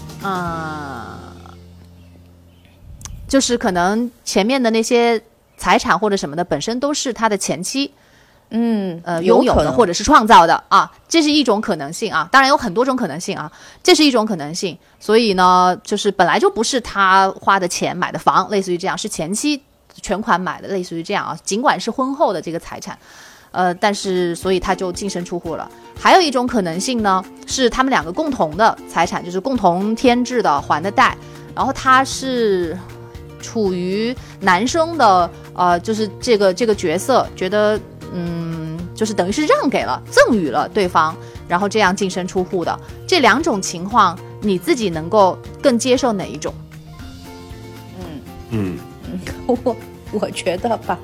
就是可能前面的那些财产或者什么的本身都是他的前妻拥有的或者是创造的啊，这是一种可能性啊，当然有很多种可能性啊，这是一种可能性。所以呢，就是本来就不是他花的钱买的房，类似于这样，是前妻全款买的，类似于这样啊，尽管是婚后的这个财产，但是所以他就净身出户了。还有一种可能性呢，是他们两个共同的财产，就是共同添置的还的贷，然后他是处于男生的就是这个角色，觉得就是等于是让给了赠予了对方，然后这样净身出户的。这两种情况你自己能够更接受哪一种？ 我觉得吧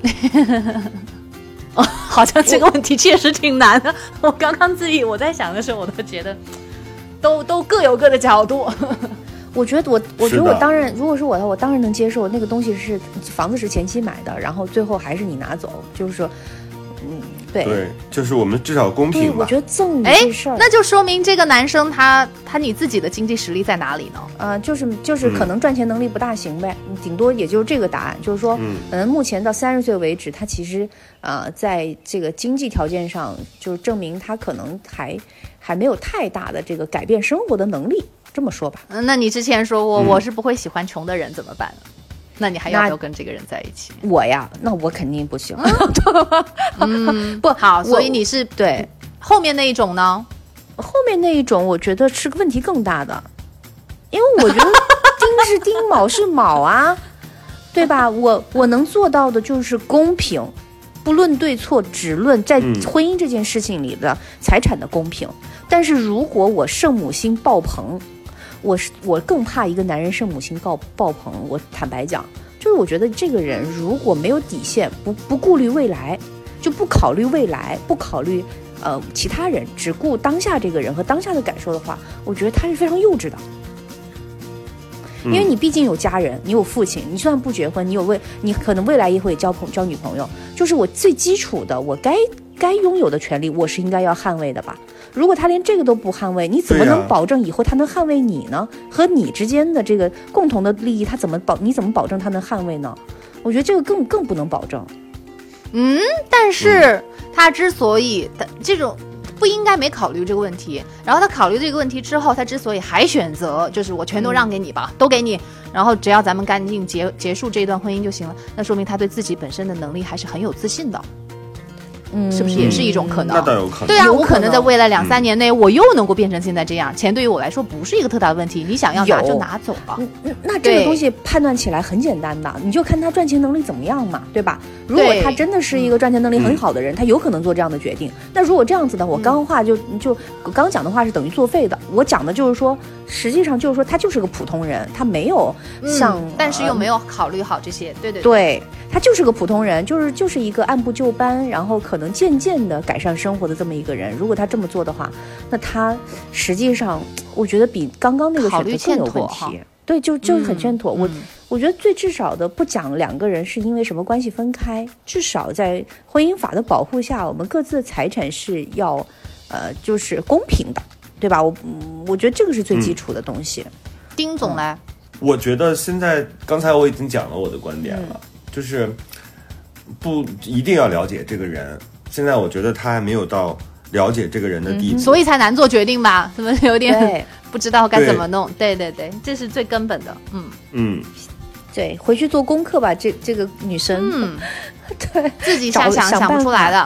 好像这个问题确实挺难的。我刚刚我在想的时候，我都觉得都各有各的角度。 我觉得我当然，如果是我的，我当然能接受那个东西是房子是前期买的，然后最后还是你拿走，就是说， 对，就是我们至少公平吧。 我觉得赠与这事儿， 那就说明这个男生他你自己的经济实力在哪里呢？ 就是可能赚钱能力不大行呗，顶多也就是这个答案，就是说，可能目前到30岁为止，他其实在这个经济条件上，就是证明他可能还没有太大的这个改变生活的能力。这么说吧， 那你之前说我是不会喜欢穷的人怎么办呢？那你还要不要跟这个人在一起？ 我呀，那我肯定不行。 不好，所以你是对后面那一种呢？ 后面那一种，我觉得是个问题更大的，因为我觉得丁是丁，卯是卯啊，对吧？我能做到的就是公平，不论对错，只论在婚姻这件事情里的财产的公平。但是如果我圣母心爆棚，我更怕一个男人圣母心爆棚。我坦白讲，就是我觉得这个人如果没有底线，不顾虑未来，就不考虑未来，不考虑其他人，只顾当下这个人和当下的感受的话，我觉得他是非常幼稚的。因为你毕竟有家人，你有父亲，你就算不结婚，你可能未来也会交女朋友，就是我最基础的，我该拥有的权利，我是应该要捍卫的吧。如果他连这个都不捍卫，你怎么能保证以后他能捍卫你呢？和你之间的这个共同的利益，你怎么保证他能捍卫呢？我觉得这个更不能保证。 但是他之所以这种不应该没考虑这个问题，然后他考虑这个问题之后，他之所以还选择就是我全都让给你吧，都给你，然后只要咱们干净结束这段婚姻就行了，那说明他对自己本身的能力还是很有自信的。是不是也是一种可能？ 那倒有可能。 对啊，我可能在未来2-3年内，我又能够变成现在这样。钱对于我来说不是一个特大的问题，你想要拿就拿走吧。 那这个东西判断起来很简单的，你就看他赚钱能力怎么样嘛，对吧？如果他真的是一个赚钱能力很好的人，他有可能做这样的决定。那如果这样子呢，我刚话就我刚讲的话是等于作废的。我讲的就是说，实际上就是说他就是个普通人，他没有像， 但是又没有考虑好这些。 对，他就是个普通人，就是一个按部就班，然后可能渐渐的改善生活的这么一个人。如果他这么做的话，那他实际上我觉得比刚刚那个选择更有问题。对，就是很欠妥。我觉得最至少的，不讲两个人是因为什么关系分开，至少在婚姻法的保护下，我们各自的财产是要就是公平的，对吧？我觉得这个是最基础的东西。 丁总来， 我觉得现在刚才我已经讲了我的观点了，就是不一定要了解这个人。现在我觉得他还没有到了解这个人的地步， 所以才难做决定吧？怎么有点不知道该怎么弄？对，这是最根本的。 对，回去做功课吧。这个女生，对， 自己想不出来的。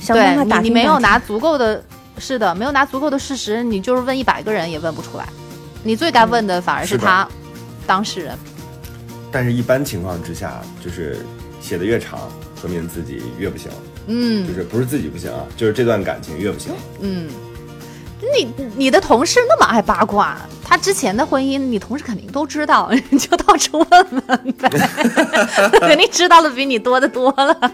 想办法打听你没有打听拿足够的，是的，没有拿足够的事实，你就是问100个人也问不出来。你最该问的反而是他当事人。 但是一般情况之下，就是写的越长，说明自己越不行。就是不是自己不行啊，就是这段感情越不行。 你的同事那么爱八卦，他之前的婚姻你同事肯定都知道，你就到处问问呗，肯定知道的比你多的多了。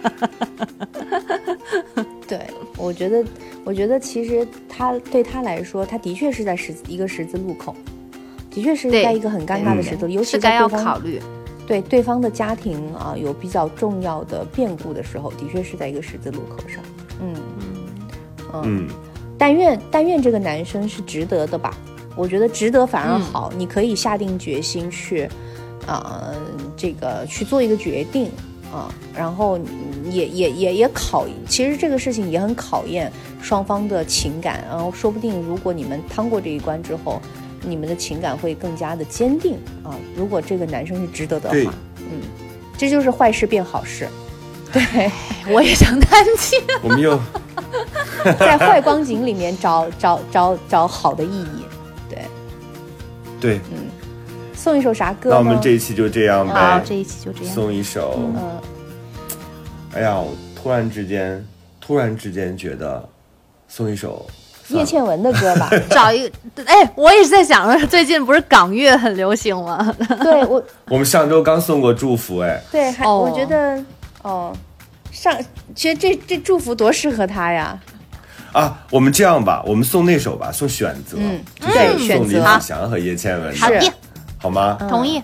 对，我觉得其实对他来说，他的确是在一个十字路口，的确是在一个很尴尬的十字路口，尤其是该要考虑。 对对方的家庭啊有比较重要的变故的时候，的确是在一个十字路口上。但愿这个男生是值得的吧，我觉得值得反而好，你可以下定决心去这个去做一个决定然后也其实这个事情也很考验双方的情感，然后说不定如果你们趟过这一关之后，你们的情感会更加的坚定如果这个男生是值得的话，这就是坏事变好事。对， 我也想叹气。 我们又在坏光景里面找好的意义。 对， 送一首啥歌呢？ 那我们这一期就这样呗。 好，这一期就这样。 送一首。哎呀，我突然之间觉得，送一首叶倩文的歌吧。 找一个，我也是在想，最近不是港乐很流行吗？ 对我们上周刚送过祝福， 对，我觉得其实这祝福多适合他呀。 我们这样吧，我们送那首吧，送选择，就是送李子祥和叶倩文的，好吗？ 同意。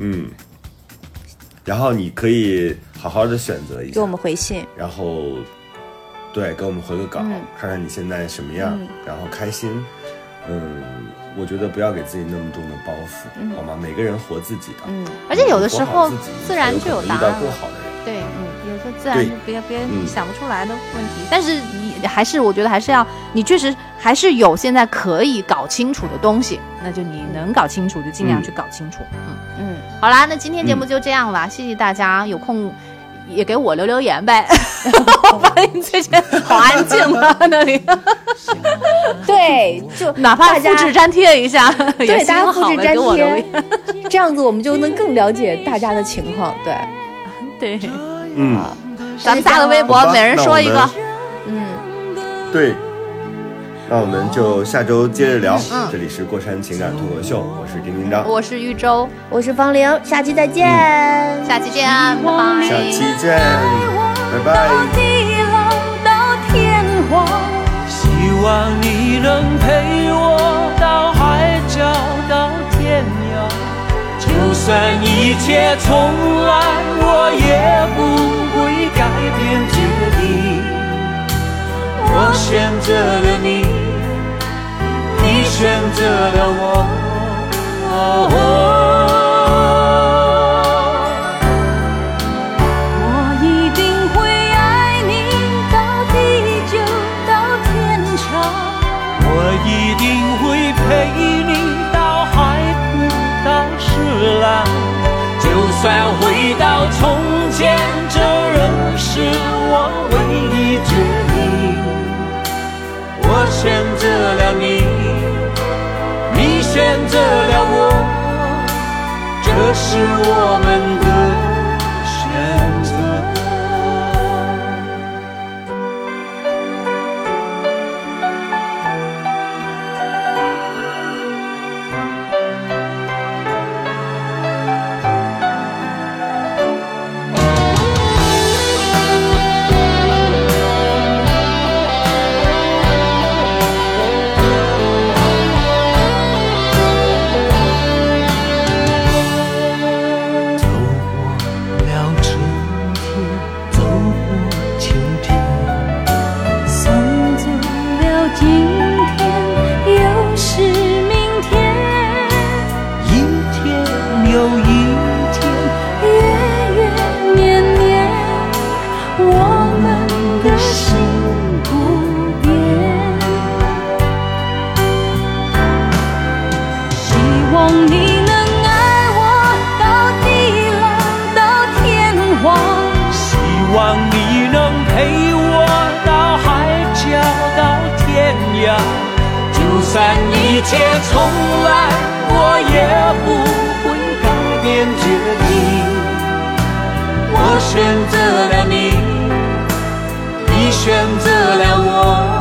然后你可以好好的选择一下， 给我们回信， 然后对，给我们回个稿，看看你现在什么样，然后开心。我觉得不要给自己那么重的包袱，好吗？每个人活自己的， 而且有的时候自然就有答案了。 遇到更好的人， 对，有时候自然就别想不出来的问题。但是我觉得还是要，你确实还是有现在可以搞清楚的东西，那就你能搞清楚就尽量去搞清楚。好啦，那今天节目就这样了，谢谢大家，有空也给我留言呗。我发现最近好安静啊，那里。 对，就哪怕复制粘贴一下， 对，大家复制粘贴， 这样子我们就能更了解大家的情况。 对，咱们加个微博，每人说一个。 对，那我们就下周接着聊。这里是过山情感脱口秀，我是丁丁张， 我是玉州， 我是方玲，下期再见， 下期见，拜拜， 下期见，拜拜。 希望你能陪我到海角到天涯，就算一切重来，我也不会改变决定。我选择了你，你选择了我。我一定会爱你到地久到天长，我一定会陪你到海枯到石烂。就算回到从前，这仍是我唯一决定。我选择了你，你选择了我，这是我们的选择。 切重来，我也不会改变决定。我选择了你，你选择了我。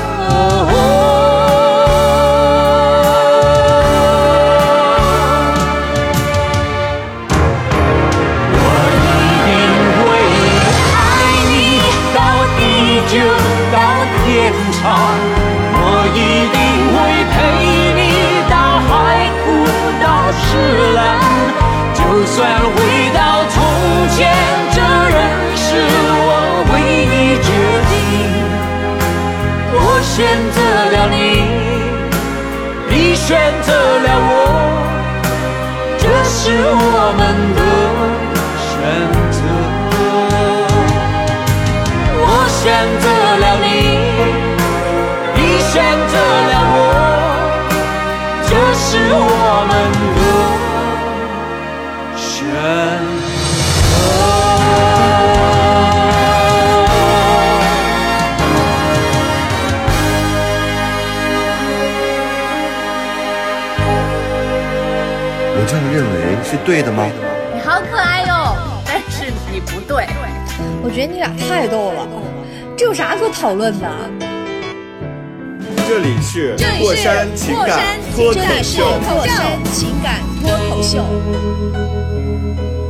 我一定会陪你到海枯到石烂，就算回到从前，这仍是我唯一决定。我选择了你，你选择了我，这是我们的选择。我选择了你，选择了我，这是我们的选我这样认为是对的吗？ 你好可爱哟，但是你不对。 我觉得你俩太逗了，这有啥可讨论的？ 这里是过山情感脱口秀。 过山情感脱口秀。